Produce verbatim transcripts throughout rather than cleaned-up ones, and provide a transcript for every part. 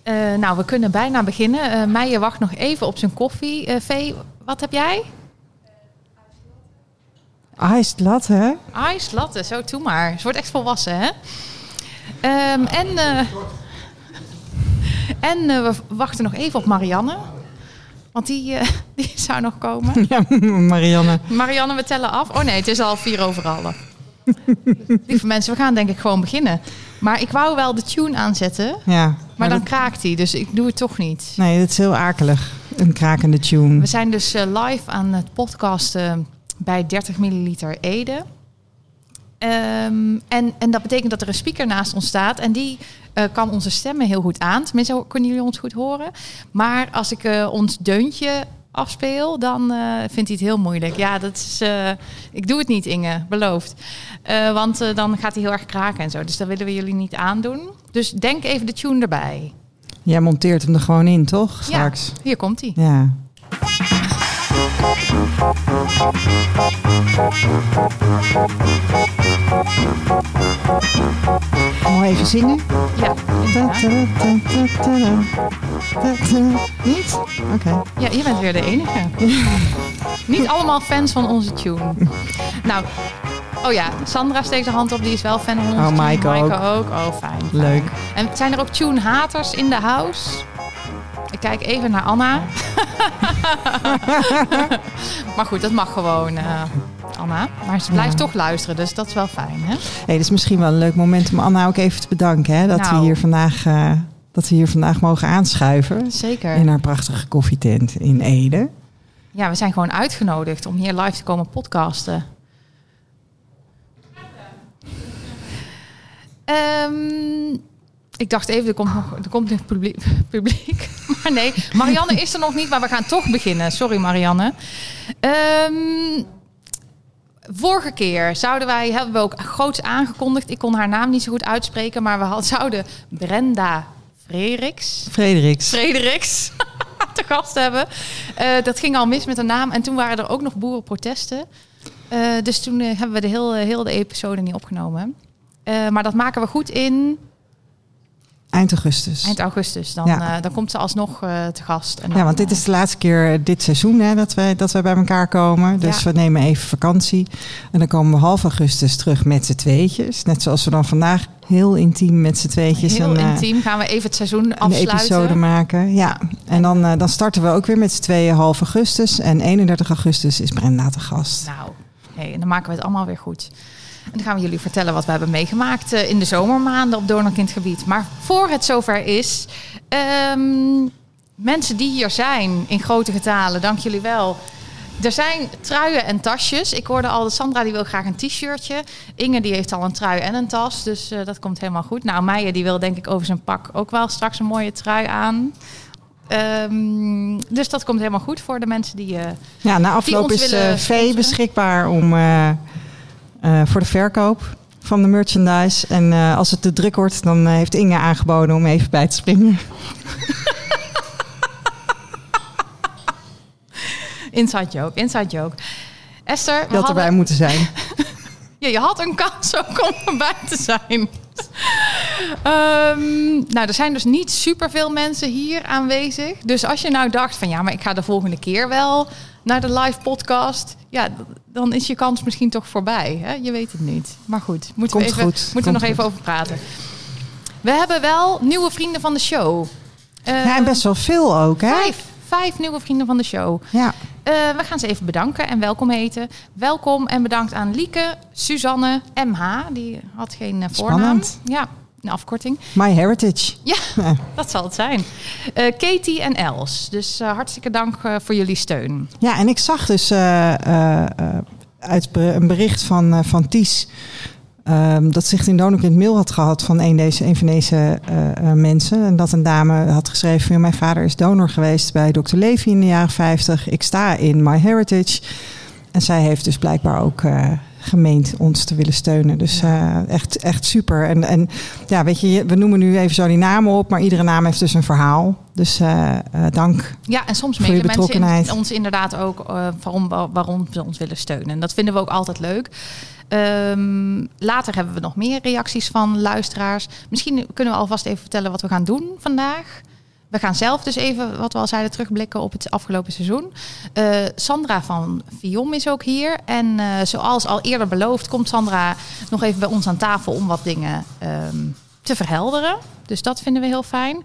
Uh, nou, we kunnen bijna beginnen. Uh, Meijer wacht nog even op zijn koffie. Uh, Vee, wat heb jij? Iced latte. Iced latte, zo toe maar. Ze wordt echt volwassen, hè? Um, en uh, en uh, we wachten nog even op Marianne. Want die, uh, die zou nog komen. Ja, Marianne. Marianne, we tellen af. Oh nee, het is al vier over half. Lieve mensen, we gaan denk ik gewoon beginnen. Maar ik wou wel de tune aanzetten. Ja, maar, maar dan dat... kraakt hij, dus ik doe het toch niet. Nee, dat is heel akelig. Een krakende tune. We zijn dus uh, live aan het podcasten bij dertig milliliter Ede. Um, en, en dat betekent dat er een speaker naast ons staat. En die uh, kan onze stemmen heel goed aan. Tenminste, kunnen jullie ons goed horen. Maar als ik uh, ons deuntje afspeel, dan uh, vindt hij het heel moeilijk. Ja, dat is... Uh, ik doe het niet, Inge, beloofd. Uh, want uh, dan gaat hij heel erg kraken en zo. Dus dat willen we jullie niet aandoen. Dus denk even de tune erbij. Jij monteert hem er gewoon in, toch? Straks. Ja, hier komt hij. Ja. Mooi even zingen? Ja. Niet? Oké. Okay. Ja, je bent weer de enige. Niet allemaal fans van onze tune. Nou, oh ja, Sandra steekt de hand op, die is wel fan van onze oh, tune. Maaike ook. ook. Oh, fijn, fijn. Leuk. En zijn er ook tune-haters in de house? Ik kijk even naar Anna. Maar goed, dat mag gewoon, uh, Anna. Maar ze blijft ja. toch luisteren, dus dat is wel fijn, hè? Hey, dat is misschien wel een leuk moment om Anna ook even te bedanken, hè? Dat, nou. we, hier vandaag, uh, dat we hier vandaag mogen aanschuiven. Zeker. In haar prachtige koffietent in Ede. Ja, we zijn gewoon uitgenodigd om hier live te komen podcasten. Um, ik dacht even, er komt nog, er komt nog publiek, publiek. Maar nee, Marianne is er nog niet, maar we gaan toch beginnen. Sorry, Marianne. Um, vorige keer zouden wij, hebben we ook groots aangekondigd. Ik kon haar naam niet zo goed uitspreken, maar we had, zouden Brenda Frederiks. Frederiks. Frederiks. te gast hebben. Uh, dat ging al mis met de naam. En toen waren er ook nog boerenprotesten. Uh, dus toen uh, hebben we de heel, heel de episode niet opgenomen. Uh, maar dat maken we goed in... Eind augustus. Eind augustus. Dan, ja. uh, dan komt ze alsnog uh, te gast. En dan, ja, want dit is de laatste keer dit seizoen hè, dat, wij, dat wij bij elkaar komen. Dus ja. we nemen even vakantie. En dan komen we half augustus terug met z'n tweetjes. Net zoals we dan vandaag heel intiem met z'n tweetjes. Heel en, intiem. Gaan we even het seizoen afsluiten. Een episode maken. Ja. En dan, uh, dan starten we ook weer met z'n tweeën half augustus. En eenendertig augustus is Brenda te gast. Nou, hey, en dan maken we het allemaal weer goed. En dan gaan we jullie vertellen wat we hebben meegemaakt uh, in de zomermaanden op Doorn-Kindgebied. Maar voor het zover is, um, mensen die hier zijn in grote getalen, dank jullie wel. Er zijn truien en tasjes. Ik hoorde al, Sandra die wil graag een t-shirtje. Inge die heeft al een trui en een tas, dus uh, dat komt helemaal goed. Nou, Meijer die wil denk ik over zijn pak ook wel straks een mooie trui aan. Um, dus dat komt helemaal goed voor de mensen die... Uh, ja, na afloop is uh, Vee beschikbaar om... Uh, Uh, voor de verkoop van de merchandise. En uh, als het te druk wordt, dan uh, heeft Inge aangeboden om even bij te springen. Inside joke, inside joke. Esther, we je had erbij moeten zijn. Ja, je had een kans ook om erbij te zijn. um, nou, er zijn dus niet superveel mensen hier aanwezig. Dus als je nou dacht van ja, maar ik ga de volgende keer wel naar de live podcast. Ja, dan is je kans misschien toch voorbij. Hè? Je weet het niet. Maar goed, moeten Komt we, even, goed. moeten we nog goed. even over praten. We hebben wel nieuwe vrienden van de show. Uh, ja, en best wel veel ook, hè? Vijf. Vijf nieuwe vrienden van de show. Ja. Uh, we gaan ze even bedanken en welkom heten. Welkom en bedankt aan Lieke, Suzanne, M H. Die had geen uh, voornaam. Spannend. Ja, een afkorting. My Heritage. Ja, ja. Dat zal het zijn. Uh, Katie en Els. Dus uh, hartstikke dank uh, voor jullie steun. Ja, en ik zag dus uh, uh, uh, uit een bericht van, uh, van Ties... Um, dat zich in Doorn-Kind mail had gehad van een, deze, een van deze uh, uh, mensen. En dat een dame had geschreven van... mijn vader is donor geweest bij dokter Levy in de jaren vijftig. Ik sta in My Heritage. En zij heeft dus blijkbaar ook uh, gemeend ons te willen steunen. Dus uh, echt, echt super. En, en ja, weet je, we noemen nu even zo die namen op... maar iedere naam heeft dus een verhaal. Dus uh, uh, dank. Ja, en soms mailen mensen in, ons inderdaad ook uh, waarom, waarom ze ons willen steunen. En dat vinden we ook altijd leuk. Um, later hebben we nog meer reacties van luisteraars. Misschien kunnen we alvast even vertellen wat we gaan doen vandaag. we gaan zelf dus even, wat we al zeiden, terugblikken op het afgelopen seizoen. Uh, Sandra van Viom is ook hier. En uh, zoals al eerder beloofd, komt Sandra nog even bij ons aan tafel om wat dingen um, te verhelderen. Dus dat vinden we heel fijn.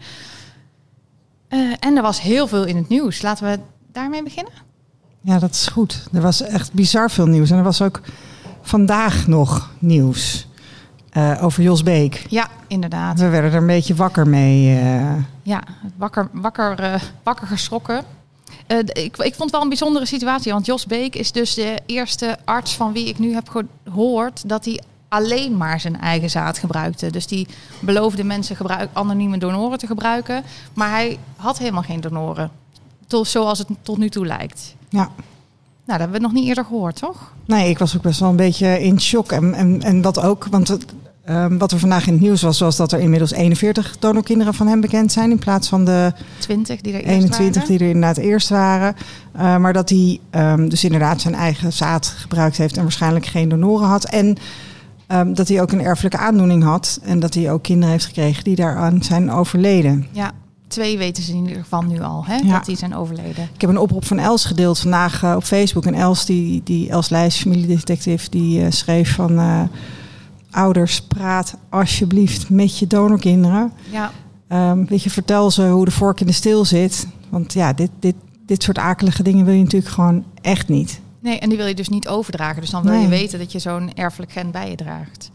Uh, en er was heel veel in het nieuws. Laten we daarmee beginnen? Ja, dat is goed. Er was echt bizar veel nieuws. En er was ook vandaag nog nieuws uh, over Jos Beek. Ja, inderdaad. We werden er een beetje wakker mee. Uh... Ja, wakker, wakker, uh, wakker geschrokken. Uh, ik, ik vond het wel een bijzondere situatie. Want Jos Beek is dus de eerste arts van wie ik nu heb gehoord dat hij alleen maar zijn eigen zaad gebruikte. Dus die beloofde mensen gebruik, anonieme donoren te gebruiken. Maar hij had helemaal geen donoren. Tot, zoals het tot nu toe lijkt. Ja. Nou, dat hebben we nog niet eerder gehoord, toch? Nee, ik was ook best wel een beetje in shock. En, en, en wat ook, want het, um, wat er vandaag in het nieuws was, was dat er inmiddels eenenveertig donorkinderen van hem bekend zijn. In plaats van de twintig die er eerst eenentwintig waren. die er inderdaad eerst waren. Uh, maar dat hij um, dus inderdaad zijn eigen zaad gebruikt heeft en waarschijnlijk geen donoren had. En um, dat hij ook een erfelijke aandoening had. En dat hij ook kinderen heeft gekregen die daaraan zijn overleden. Ja. Twee weten ze in ieder geval nu al, hè, ja. dat die zijn overleden. Ik heb een oproep van Els gedeeld vandaag uh, op Facebook. En Els, die, die Els Leijs, familiedetective, die uh, schreef van... Uh, ouders, praat alsjeblieft met je donorkinderen. Ja. Um, weet je, vertel ze hoe de vork in de steel zit. Want ja, dit, dit, dit soort akelige dingen wil je natuurlijk gewoon echt niet. Nee, en die wil je dus niet overdragen. Dus dan wil nee. je weten dat je zo'n erfelijk gen bij je draagt.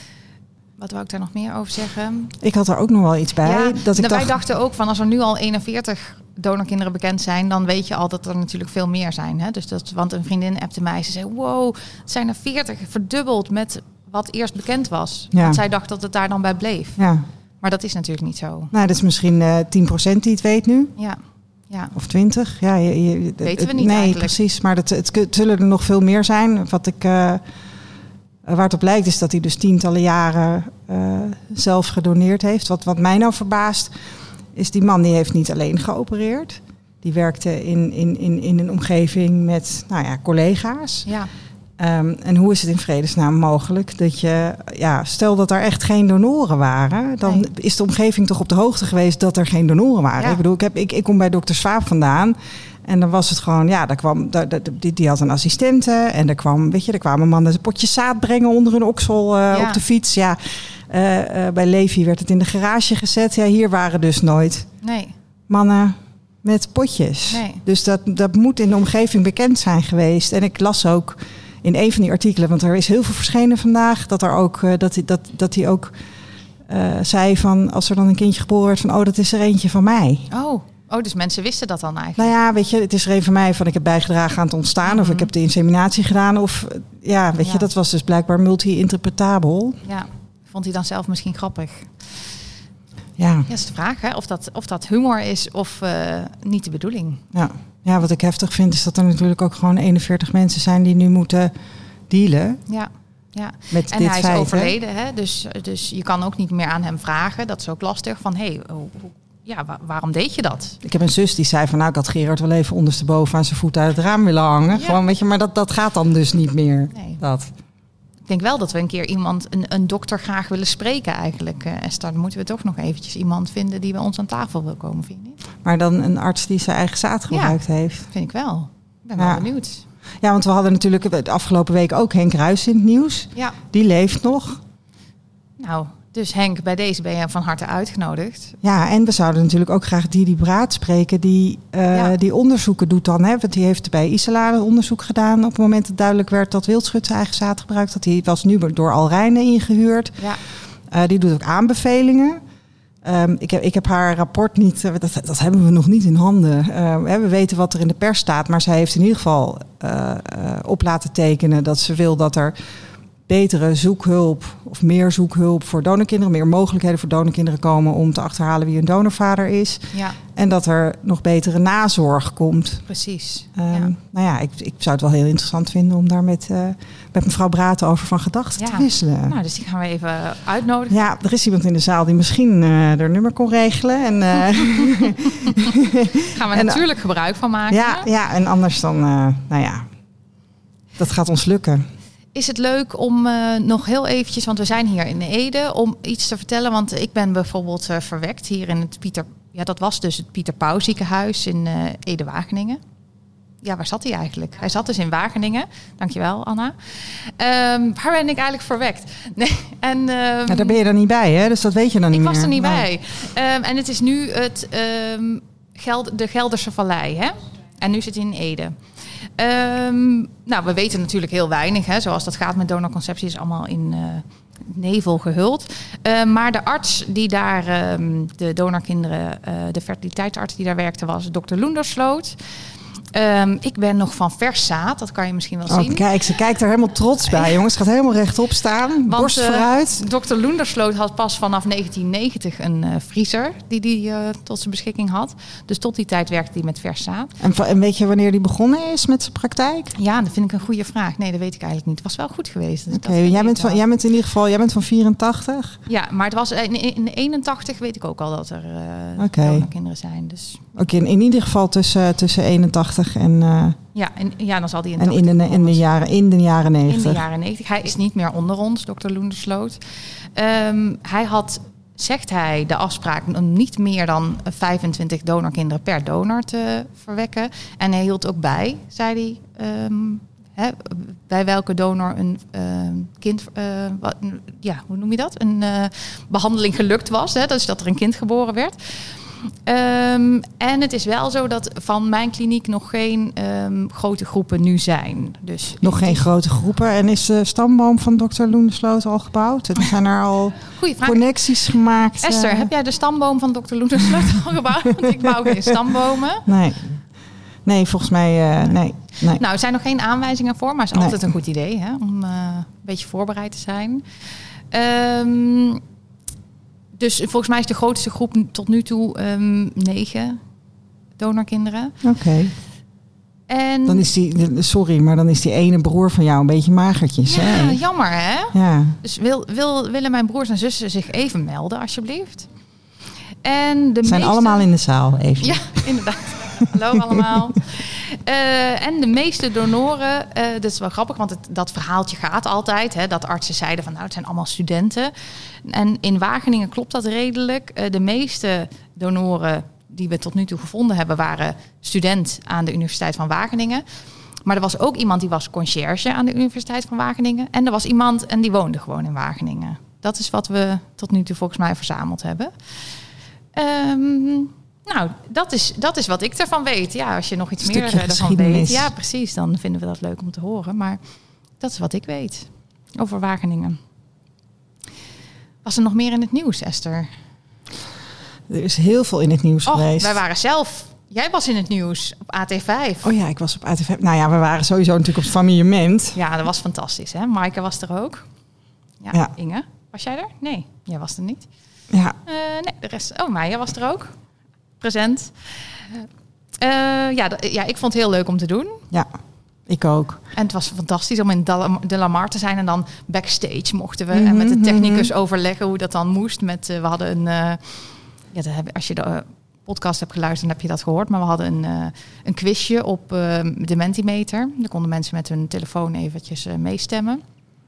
Wat wou ik daar nog meer over zeggen? Ik had er ook nog wel iets bij. Ja, dat ik wij dacht... dachten ook van als er nu al eenenveertig donorkinderen bekend zijn, dan weet je al dat er natuurlijk veel meer zijn. Hè? Dus dat, want een vriendin appte mij, ze zei, wow, het zijn er veertig, verdubbeld met wat eerst bekend was. Ja. Want zij dacht dat het daar dan bij bleef. Ja. Maar dat is natuurlijk niet zo. Nou, dat is misschien uh, tien procent die het weet nu. Ja. Ja. Of twintig. Ja, je, je, weten we niet nee, eigenlijk. Precies. Maar het, het, het zullen er nog veel meer zijn. Wat ik... Uh, Waar het op lijkt is dat hij dus tientallen jaren uh, zelf gedoneerd heeft. Wat, wat mij nou verbaast is die man die heeft niet alleen geopereerd. Die werkte in, in, in, in een omgeving met nou ja, collega's. Ja. Um, en hoe is het in vredesnaam mogelijk dat je... Ja, stel dat er echt geen donoren waren... dan nee. is de omgeving toch op de hoogte geweest dat er geen donoren waren. Ja. Ik bedoel, ik, heb, ik, ik kom bij dokter Swaap vandaan... En dan was het gewoon, ja, daar kwam, daar, die, die had een assistente. En er kwam, weet je, er kwamen mannen een potje zaad brengen onder hun oksel uh, ja. op de fiets. Ja, uh, uh, bij Levi werd het in de garage gezet. Ja, hier waren dus nooit nee. mannen met potjes. Nee. Dus dat, dat moet in de omgeving bekend zijn geweest. En ik las ook in een van die artikelen, want er is heel veel verschenen vandaag, dat er ook, uh, dat hij dat, dat hij ook uh, zei van, als er dan een kindje geboren werd, van, oh, dat is er eentje van mij. Oh. Oh, dus mensen wisten dat dan eigenlijk? Nou ja, weet je, het is er een van mij van ik heb bijgedragen aan het ontstaan. Mm-hmm. Of ik heb de inseminatie gedaan. Of ja, weet ja. je, dat was dus blijkbaar multi-interpretabel. Ja, vond hij dan zelf misschien grappig? Ja. Ja, dat is de vraag, hè? Of dat, of dat humor is of uh, niet de bedoeling. Ja. ja, wat ik heftig vind is dat er natuurlijk ook gewoon eenenveertig mensen zijn die nu moeten dealen. Ja. Ja, met en dit hij is feit, overleden, hè? Dus, dus je kan ook niet meer aan hem vragen. Dat is ook lastig van, hé, hey, hoe... Ja, wa- waarom deed je dat? Ik heb een zus die zei van, nou, ik had Gerard wel even ondersteboven aan zijn voet uit het raam willen hangen. Ja. Gewoon, weet je, maar dat, dat gaat dan dus niet meer. Nee. Dat. Ik denk wel dat we een keer iemand, een, een dokter graag willen spreken eigenlijk, uh, Esther. Dan moeten we toch nog eventjes iemand vinden die bij ons aan tafel wil komen, vind je niet? Maar dan een arts die zijn eigen zaad gebruikt ja, heeft. Vind ik wel. Ik ben ja. wel benieuwd. Ja, want we hadden natuurlijk de afgelopen week ook Henk Ruijs in het nieuws. Ja. Die leeft nog. Nou, dus Henk, bij deze ben je van harte uitgenodigd. Ja, en we zouden natuurlijk ook graag Didi Braat spreken, die, uh, ja. die onderzoeken doet dan. Hè? Want die heeft bij Isela een onderzoek gedaan op het moment dat duidelijk werd dat Wildschut zijn eigen zaad gebruikt. Dat die was nu door Alrijnen ingehuurd. Ja. Uh, die doet ook aanbevelingen. Um, ik, heb, ik heb haar rapport niet, uh, dat, dat hebben we nog niet in handen. Uh, we weten wat er in de pers staat, maar zij heeft in ieder geval uh, uh, op laten tekenen dat ze wil dat er betere zoekhulp of meer zoekhulp voor donorkinderen, meer mogelijkheden voor donorkinderen komen om te achterhalen wie een donorvader is. Ja. En dat er nog betere nazorg komt. Precies. Um, ja. Nou ja, ik, ik zou het wel heel interessant vinden om daar met, uh, met mevrouw Braten over van gedachten ja. te wisselen. Nou, dus die gaan we even uitnodigen. Ja, er is iemand in de zaal die misschien uh, haar nummer kon regelen. En, uh, gaan we en, natuurlijk gebruik van maken. Ja, ja en anders dan, uh, nou ja, dat gaat ons lukken. Is het leuk om uh, nog heel eventjes, want we zijn hier in Ede, om iets te vertellen. Want ik ben bijvoorbeeld uh, verwekt hier in het Pieter, ja, dat was dus het Pieter Pauw ziekenhuis in uh, Ede-Wageningen. Ja, waar zat hij eigenlijk? Hij zat dus in Wageningen. Dankjewel, Anna. Um, waar ben ik eigenlijk verwekt? Nee, en, um, ja, daar ben je dan niet bij, hè? Dus dat weet je dan niet ik meer. Ik was er niet nee. bij. Um, en het is nu het, um, Geld, de Gelderse Vallei, hè? En nu zit hij in Ede. Um, nou, we weten natuurlijk heel weinig, hè? Zoals dat gaat met donorconceptie, is allemaal in uh, nevel gehuld. Uh, maar de arts die daar, um, de donorkinderen, uh, de fertiliteitsarts die daar werkte, was dokter Loendersloot. Um, ik ben nog van vers zaad, dat kan je misschien wel zien. Oh, kijk, ze kijkt er helemaal trots bij, jongens. Ze gaat helemaal rechtop staan, want, borst vooruit. Uh, dokter Loendersloot had pas vanaf negentien negentig een uh, vriezer die hij uh, tot zijn beschikking had. Dus tot die tijd werkte hij met vers zaad. En, en weet je wanneer hij begonnen is met zijn praktijk? Ja, dat vind ik een goede vraag. Nee, dat weet ik eigenlijk niet. Het was wel goed geweest. Dus Oké, okay, jij, bent van, jij bent in ieder geval jij bent van vierentachtig? Ja, maar het was in, in eenentachtig weet ik ook al dat er uh, okay. donorkinderen zijn. Dus. Oké, okay, in, in ieder geval tussen, tussen eenentachtig en... Uh, ja, en, ja, dan zal die in, en in, de, in, de jaren, in de jaren negentig. In de jaren negentig. Hij is niet meer onder ons, dokter Loendersloot. Um, hij had, zegt hij, de afspraak om niet meer dan vijfentwintig donorkinderen per donor te verwekken. En hij hield ook bij, zei hij, um, hè, bij welke donor een uh, kind, uh, wat, ja, hoe noem je dat? Een uh, behandeling gelukt was. Hè, dus dat er een kind geboren werd. Um, en het is wel zo dat van mijn kliniek nog geen um, grote groepen nu zijn. Dus nog geen grote groepen. En is de stamboom van dokter Loendersloot al gebouwd? Er zijn er al connecties gemaakt. Esther, uh... heb jij de stamboom van dokter Loendersloot al gebouwd? Want ik bouw geen stambomen. Nee. Nee, volgens mij uh, nee. nee. Nou, er zijn nog geen aanwijzingen voor, maar het is nee. altijd een goed idee, hè, om uh, een beetje voorbereid te zijn. Um, Dus volgens mij is de grootste groep tot nu toe um, negen donorkinderen. Oké. Okay. En dan is die, sorry, maar dan is die ene broer van jou een beetje magertjes. Ja, hè? Jammer hè? Ja. Dus wil, wil, willen mijn broers en zussen zich even melden, alsjeblieft? En de zijn meeste... allemaal in de zaal, even. Ja, inderdaad. Hallo allemaal. Uh, en de meeste donoren, uh, dat is wel grappig, want het, dat verhaaltje gaat altijd. Hè, dat artsen zeiden van nou, het zijn allemaal studenten. En in Wageningen klopt dat redelijk. Uh, de meeste donoren die we tot nu toe gevonden hebben, waren student aan de Universiteit van Wageningen. Maar er was ook iemand die was conciërge aan de Universiteit van Wageningen. En er was iemand en die woonde gewoon in Wageningen. Dat is wat we tot nu toe volgens mij verzameld hebben. Um, Nou, dat is, dat is wat ik ervan weet. Ja, als je nog iets meer ervan weet. Ja, precies. Dan vinden we dat leuk om te horen. Maar dat is wat ik weet over Wageningen. Was er nog meer in het nieuws, Esther? Er is heel veel in het nieuws Och, geweest. Wij waren zelf... Jij was in het nieuws op A T vijf. Oh ja, ik was op A T vijf. Nou ja, we waren sowieso natuurlijk op het faillissement. Ja, dat was fantastisch, hè? Maaike was er ook. Ja, ja. Inge, was jij er? Nee, jij was er niet. Ja. Uh, nee, de rest... Oh, Maya was er ook. Present. Uh, ja, d- ja, ik vond het heel leuk om te doen. Ja, ik ook. En het was fantastisch om in De La Mar te zijn. En dan backstage mochten we. Mm-hmm, en met de technicus mm-hmm. overleggen hoe dat dan moest. Met, uh, we hadden een... Uh, ja, dat heb, als je de uh, podcast hebt geluisterd, dan heb je dat gehoord. Maar we hadden een, uh, een quizje op uh, de Mentimeter. Daar konden mensen met hun telefoon eventjes uh, meestemmen.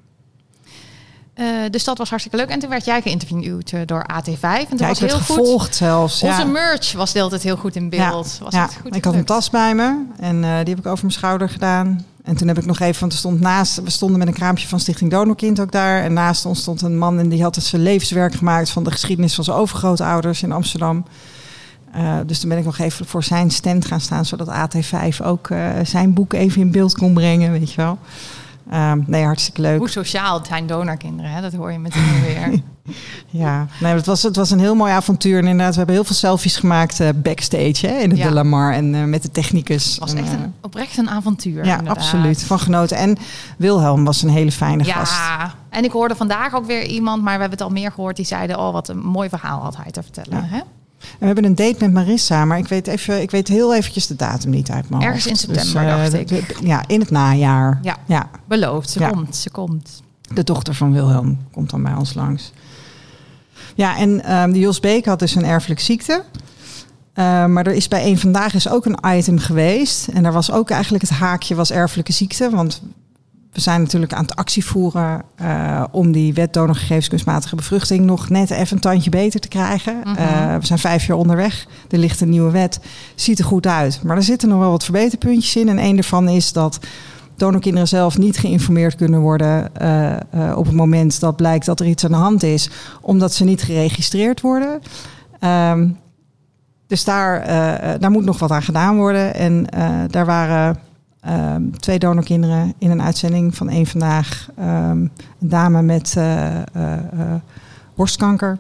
Uh, dus dat was hartstikke leuk. En toen werd jij geïnterviewd uh, door A T vijf. En toen ja, was ik werd heel gevolgd goed. zelfs. Onze ja. merch was de hele tijd heel goed in beeld. Ja, was ja. het goed ik had een tas bij me. En uh, die heb ik over mijn schouder gedaan. En toen heb ik nog even, want er stond naast... We stonden met een kraampje van Stichting Donorkind ook daar. En naast ons stond een man en die had het zijn levenswerk gemaakt... van de geschiedenis van zijn overgrootouders in Amsterdam. Uh, dus toen ben ik nog even voor zijn stand gaan staan... zodat A T vijf ook uh, zijn boek even in beeld kon brengen, weet je wel. Uh, nee, hartstikke leuk. Hoe sociaal zijn donorkinderen, hè? Dat hoor je meteen weer. Ja, nee, het was, het was een heel mooi avontuur. En inderdaad, we hebben heel veel selfies gemaakt uh, backstage hè, in de ja. De La Mar en uh, met de technicus. Het was en, echt een, oprecht een avontuur. Ja, inderdaad. Absoluut. Van genoten. En Wilhelm was een hele fijne ja, gast. Ja, en ik hoorde vandaag ook weer iemand, maar we hebben het al meer gehoord, die zeiden, oh, wat een mooi verhaal had hij te vertellen. Ja. Hè? En we hebben een date met Marissa, maar ik weet, even, ik weet heel eventjes de datum niet uit mijn Ergens hoofd. in september, dus, uh, dacht ik. De, de, ja, in het najaar. Ja, ja. beloofd. Ze ja. komt, ze komt. De dochter van Wilhelm komt dan bij ons langs. Ja, en um, de Jos Beek had dus een erfelijke ziekte. Uh, maar er is bij Eén Vandaag is ook een item geweest. En daar was ook eigenlijk het haakje was erfelijke ziekte. Want we zijn natuurlijk aan het actie voeren uh, om die wet donorgegevens kunstmatige bevruchting nog net even een tandje beter te krijgen. Mm-hmm. Uh, we zijn vijf jaar onderweg. Er ligt een nieuwe wet. Ziet er goed uit. Maar er zitten nog wel wat verbeterpuntjes in. En een daarvan is dat donorkinderen zelf niet geïnformeerd kunnen worden uh, uh, op het moment dat blijkt dat er iets aan de hand is, omdat ze niet geregistreerd worden. Um, dus daar, uh, daar moet nog wat aan gedaan worden. En uh, daar waren um, twee donorkinderen in een uitzending van Eén Vandaag. Um, een dame met uh, uh, uh, borstkanker.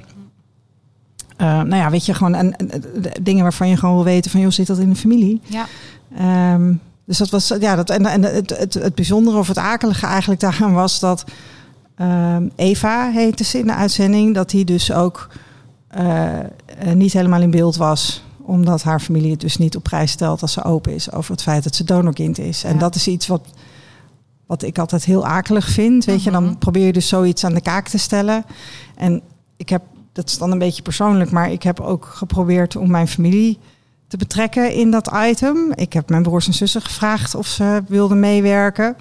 Uh, nou ja, weet je, gewoon en, en, dingen waarvan je gewoon wil weten van, joh, zit dat in de familie? Ja. Um, Dus dat was, ja, dat, en, en het, het, het bijzondere of het akelige eigenlijk daaraan was dat um, Eva heette ze in de uitzending, dat die dus ook uh, niet helemaal in beeld was, omdat haar familie het dus niet op prijs stelt als ze open is over het feit dat ze donorkind is. Ja. En dat is iets wat, wat ik altijd heel akelig vind, weet je. Dan probeer je dus zoiets aan de kaak te stellen. En ik heb, dat is dan een beetje persoonlijk, maar ik heb ook geprobeerd om mijn familie te betrekken in dat item. Ik heb mijn broers en zussen gevraagd of ze wilden meewerken.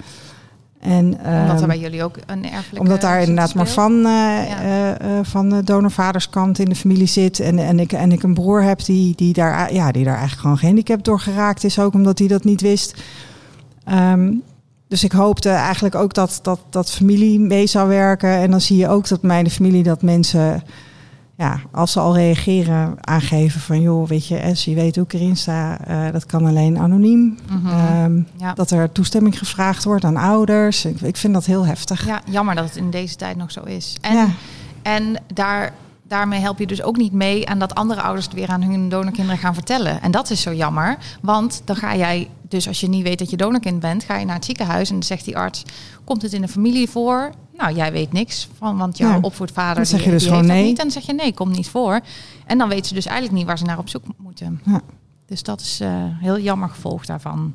En, um, omdat er bij jullie ook een erfelijke... Omdat daar inderdaad maar van, uh, ja. uh, uh, van de donorvaderskant in de familie zit. En, en, ik, en ik een broer heb die, die, daar, ja, die daar eigenlijk gewoon gehandicapt door geraakt is. Ook omdat hij dat niet wist. Um, dus ik hoopte eigenlijk ook dat, dat, dat familie mee zou werken. En dan zie je ook dat bij de familie dat mensen, ja, als ze al reageren, aangeven van, joh, weet je, als je weet hoe ik erin sta, uh, dat kan alleen anoniem. Mm-hmm. Um, ja. Dat er toestemming gevraagd wordt aan ouders. Ik, ik vind dat heel heftig. Ja, jammer dat het in deze tijd nog zo is. En, ja. en daar, daarmee help je dus ook niet mee aan dat andere ouders het weer aan hun donorkinderen gaan vertellen. En dat is zo jammer, want dan ga jij, dus als je niet weet dat je donorkind bent, ga je naar het ziekenhuis en dan zegt die arts, komt het in de familie voor? Nou, jij weet niks van, want jouw ja. opvoedvader dan zeg je die, dus die gewoon heeft nee. dat niet. En dan zeg je nee, komt niet voor. En dan weten ze dus eigenlijk niet waar ze naar op zoek moeten. Ja. Dus dat is uh, heel jammer gevolg daarvan.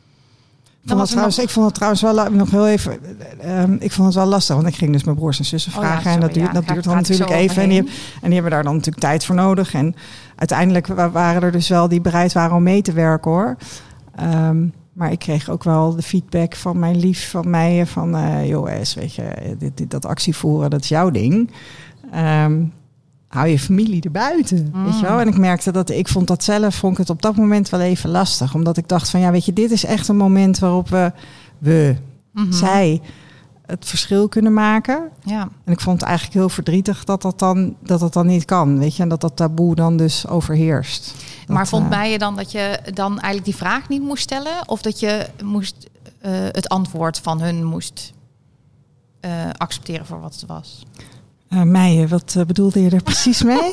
Ik vond, het trouwens, nog... ik vond het trouwens wel nog heel even. Um, ik vond het wel lastig, want ik ging dus mijn broers en zussen vragen. Oh ja, sorry, en dat duurt, ja, dat duurt dan natuurlijk even. En die, en die hebben daar dan natuurlijk tijd voor nodig. En uiteindelijk waren er dus wel die bereid waren om mee te werken, hoor. Um, maar ik kreeg ook wel de feedback van mijn lief, van mij, van uh, joh, Es, weet je, dit, dit, dat actie voeren, dat is jouw ding. Um, hou je familie erbuiten, mm. weet je wel. En ik merkte dat, ik vond dat zelf, vond ik het op dat moment wel even lastig. Omdat ik dacht van, ja, weet je, dit is echt een moment waarop we, we, mm-hmm. zij, het verschil kunnen maken. Ja. En ik vond het eigenlijk heel verdrietig dat dat dan, dat dat dan niet kan, weet je. En dat dat taboe dan dus overheerst. Maar dat, vond uh, mij je dan dat je dan eigenlijk die vraag niet moest stellen? Of dat je moest uh, het antwoord van hun moest uh, accepteren voor wat het was? Uh, Meijen, wat uh, bedoelde je er precies mee?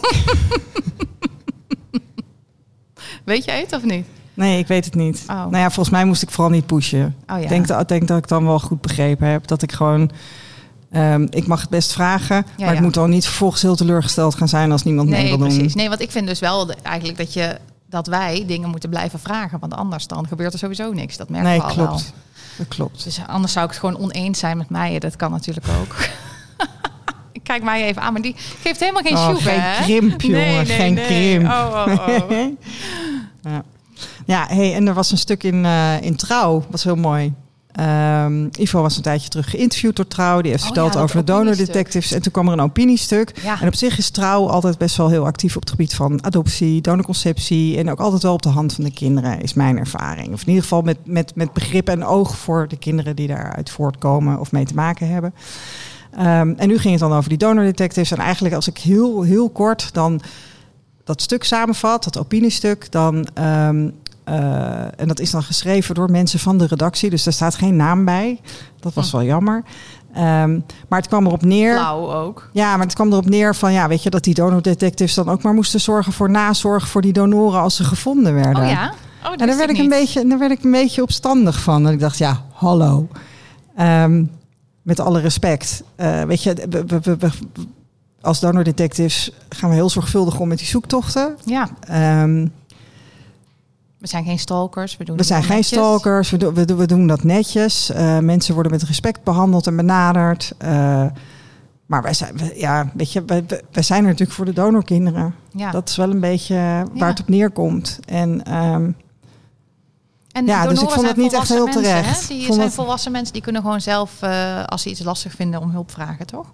Weet jij het of niet? Nee, ik weet het niet. Oh. Nou ja, volgens mij moest ik vooral niet pushen. Oh, ja. Ik denk, dat, denk dat ik dan wel goed begrepen heb. Dat ik gewoon... Um, ik mag het best vragen, ja, maar ja. ik moet dan niet vervolgens heel teleurgesteld gaan zijn als niemand nee, mee wil precies. doen. Nee, want ik vind dus wel de, eigenlijk dat je dat wij dingen moeten blijven vragen. Want anders dan gebeurt er sowieso niks. Dat merken nee, we al klopt. wel. Dat klopt. Dus anders zou ik het gewoon oneens zijn met mij. Dat kan natuurlijk ook. Ik kijk mij even aan, maar die geeft helemaal geen oh, sjoep, geen hè? krimp, jongen. Nee, nee, geen nee. krimp. Oh, oh, oh. ja, ja hey, en er was een stuk in, uh, in Trouw. Was heel mooi. Um, Ivo was een tijdje terug geïnterviewd door Trouw. Die heeft oh, verteld ja, over de donordetectives. En toen kwam er een opiniestuk. Ja. En op zich is Trouw altijd best wel heel actief op het gebied van adoptie, donorconceptie. En ook altijd wel op de hand van de kinderen, is mijn ervaring. Of in ieder geval met, met, met begrip en oog voor de kinderen die daaruit voortkomen of mee te maken hebben. Um, en nu ging het dan over die donordetectives. En eigenlijk als ik heel, heel kort dan dat stuk samenvat, dat opiniestuk, dan... Um, Uh, en dat is dan geschreven door mensen van de redactie. Dus daar staat geen naam bij. Dat was wel jammer. Um, maar het kwam erop neer... Blauw ook. Ja, maar het kwam erop neer van... ja, weet je, dat die donordetectives dan ook maar moesten zorgen voor nazorg voor die donoren als ze gevonden werden. Oh ja? Oh, en daar werd ik, ik een beetje, daar werd ik een beetje opstandig van. En ik dacht, ja, hallo. Um, met alle respect. Uh, weet je, we, we, we, we, als donordetectives gaan we heel zorgvuldig om met die zoektochten. Ja. Um, We zijn geen stalkers. We, doen we zijn geen netjes. stalkers. We, do, we, we doen dat netjes. Uh, mensen worden met respect behandeld en benaderd. Uh, maar wij zijn, we, ja, weet je, wij, wij zijn er natuurlijk voor de donorkinderen. Ja. Dat is wel een beetje waar ja. het op neerkomt. En um, En ja, dus ik vond het niet echt heel mensen, terecht. Hè? Die vond zijn het... volwassen mensen, die kunnen gewoon zelf, uh, als ze iets lastig vinden, om hulp vragen, toch?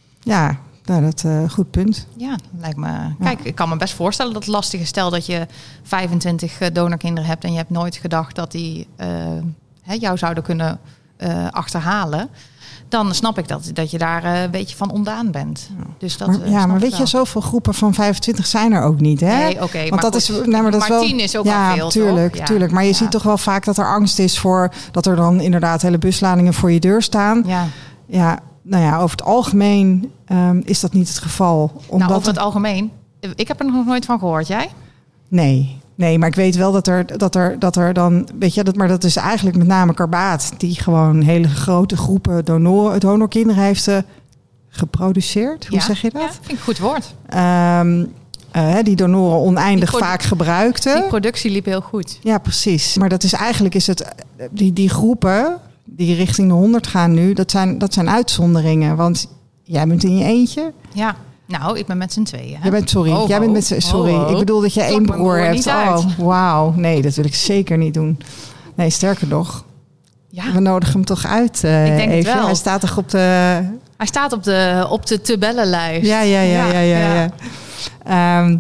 Ja, nou, dat is uh, een goed punt. Ja, lijkt me. Kijk, ja. Ik kan me best voorstellen dat het lastig is. Stel dat je vijfentwintig donorkinderen hebt en je hebt nooit gedacht dat die uh, hè, jou zouden kunnen uh, achterhalen. Dan snap ik dat, dat je daar uh, een beetje van ontdaan bent. Ja. Dus dat, maar, uh, ja, maar weet wel. je, zoveel groepen van vijfentwintig zijn er ook niet, hè? Nee, oké. Okay, Want maar, dat goed, is, nee, maar dat maar is wel, tien is ook ja, al veel, tuurlijk, toch? Ja, tuurlijk. Maar je ja. ziet toch wel vaak dat er angst is voor dat er dan inderdaad hele busladingen voor je deur staan. Ja. Ja, nou ja, over het algemeen um, is dat niet het geval. Omdat nou, over het algemeen. Ik heb er nog nooit van gehoord. Jij? Nee. Nee, maar ik weet wel dat er, dat er, dat er dan, weet je, dat, maar dat is eigenlijk met name Karbaat, die gewoon hele grote groepen donor, donorkinderen heeft uh, geproduceerd. Hoe ja, zeg je dat? Ja, vind ik een goed woord. Um, uh, die donoren oneindig die vaak gebruikten. Die productie liep heel goed. Ja, precies. Maar dat is eigenlijk, is het, die, die groepen die richting de honderd gaan nu, dat zijn, dat zijn uitzonderingen. Want jij bent in je eentje. Ja. Nou, ik ben met z'n tweeën. Jij bent, sorry, oh, jij bent met z'n, sorry. Oh, oh. Ik bedoel dat jij één broer hebt. Oh, wauw. Nee, dat wil ik zeker niet doen. Nee, sterker nog. Ja. We nodigen hem toch uit, uh, ik denk even. Het wel. Hij staat toch op de... Hij staat op de, op de tabellenlijst. Ja, ja, ja, ja, ja. ja, ja. Um,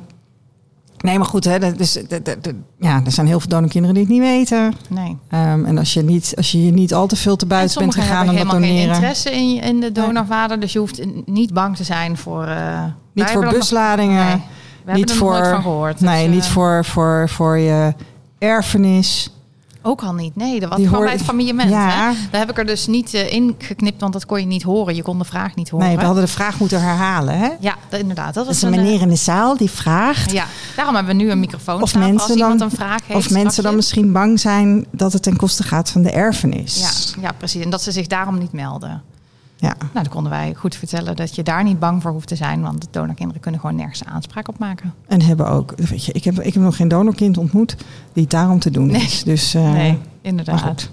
nee, maar goed, hè. Dus, de, de, de, ja, er zijn heel veel donorkinderen die het niet weten. Nee. Um, en als je, niet, als je je niet al te veel te buiten bent gegaan om dat doneren. Sommigen hebben helemaal geen interesse in, in de donorvader. Dus je hoeft niet bang te zijn voor... Uh, niet voor busladingen. Nog, nee, we niet hebben er voor, nooit van gehoord. Nee, dus, uh, niet voor, voor, voor je erfenis. Ook al niet. Nee, dat was gewoon bij het familiement. Ja. Hè? Daar heb ik er dus niet uh, in geknipt, want dat kon je niet horen. Je kon de vraag niet horen. Nee, we hadden de vraag moeten herhalen. Hè? Ja, dat, inderdaad. Dat was een meneer uh, in de zaal die vraagt. Ja, daarom hebben we nu een microfoon of staan mensen als iemand dan, een vraag heeft. Of mensen dan misschien bang zijn dat het ten koste gaat van de erfenis. Ja, ja, precies. En dat ze zich daarom niet melden. Ja. Nou, dan konden wij goed vertellen dat je daar niet bang voor hoeft te zijn. Want de donorkinderen kunnen gewoon nergens aanspraak op maken. En hebben ook, weet je, ik heb, ik heb nog geen donorkind ontmoet die het daarom te doen nee. is. Dus, uh, nee, inderdaad. Goed.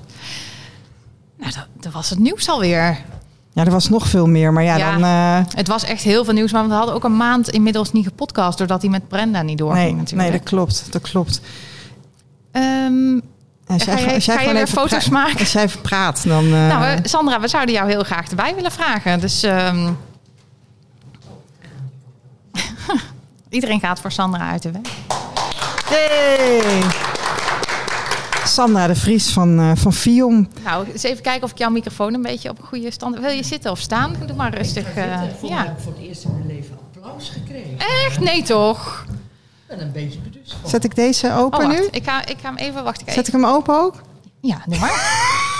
Nou, dat, dat was het nieuws alweer. Ja, er was nog veel meer, maar ja, ja dan... Uh, het was echt heel veel nieuws, maar we hadden ook een maand inmiddels niet gepodcast, doordat hij met Brenda niet doorging nee, natuurlijk. Nee, dat klopt, dat klopt. Um, Als jij, ga je, als jij ga je weer foto's pra- maken? Als jij even praat, dan... Uh... Nou, Sandra, we zouden jou heel graag erbij willen vragen. Dus um... iedereen gaat voor Sandra uit de weg. Hey! Sandra de Vries van, uh, van Fiom. Nou, eens even kijken of ik jouw microfoon een beetje op een goede stand... Wil je zitten of staan? Doe maar rustig. Ik heb uh, ja. ik voor het eerst in mijn leven applaus gekregen. Echt? Nee, toch? Ik ben een beetje beduusd van. Zet ik deze open oh, wacht. nu? Ik ga, ik ga hem even... Wacht, ik Zet ik hem open ook? Ja, doe maar.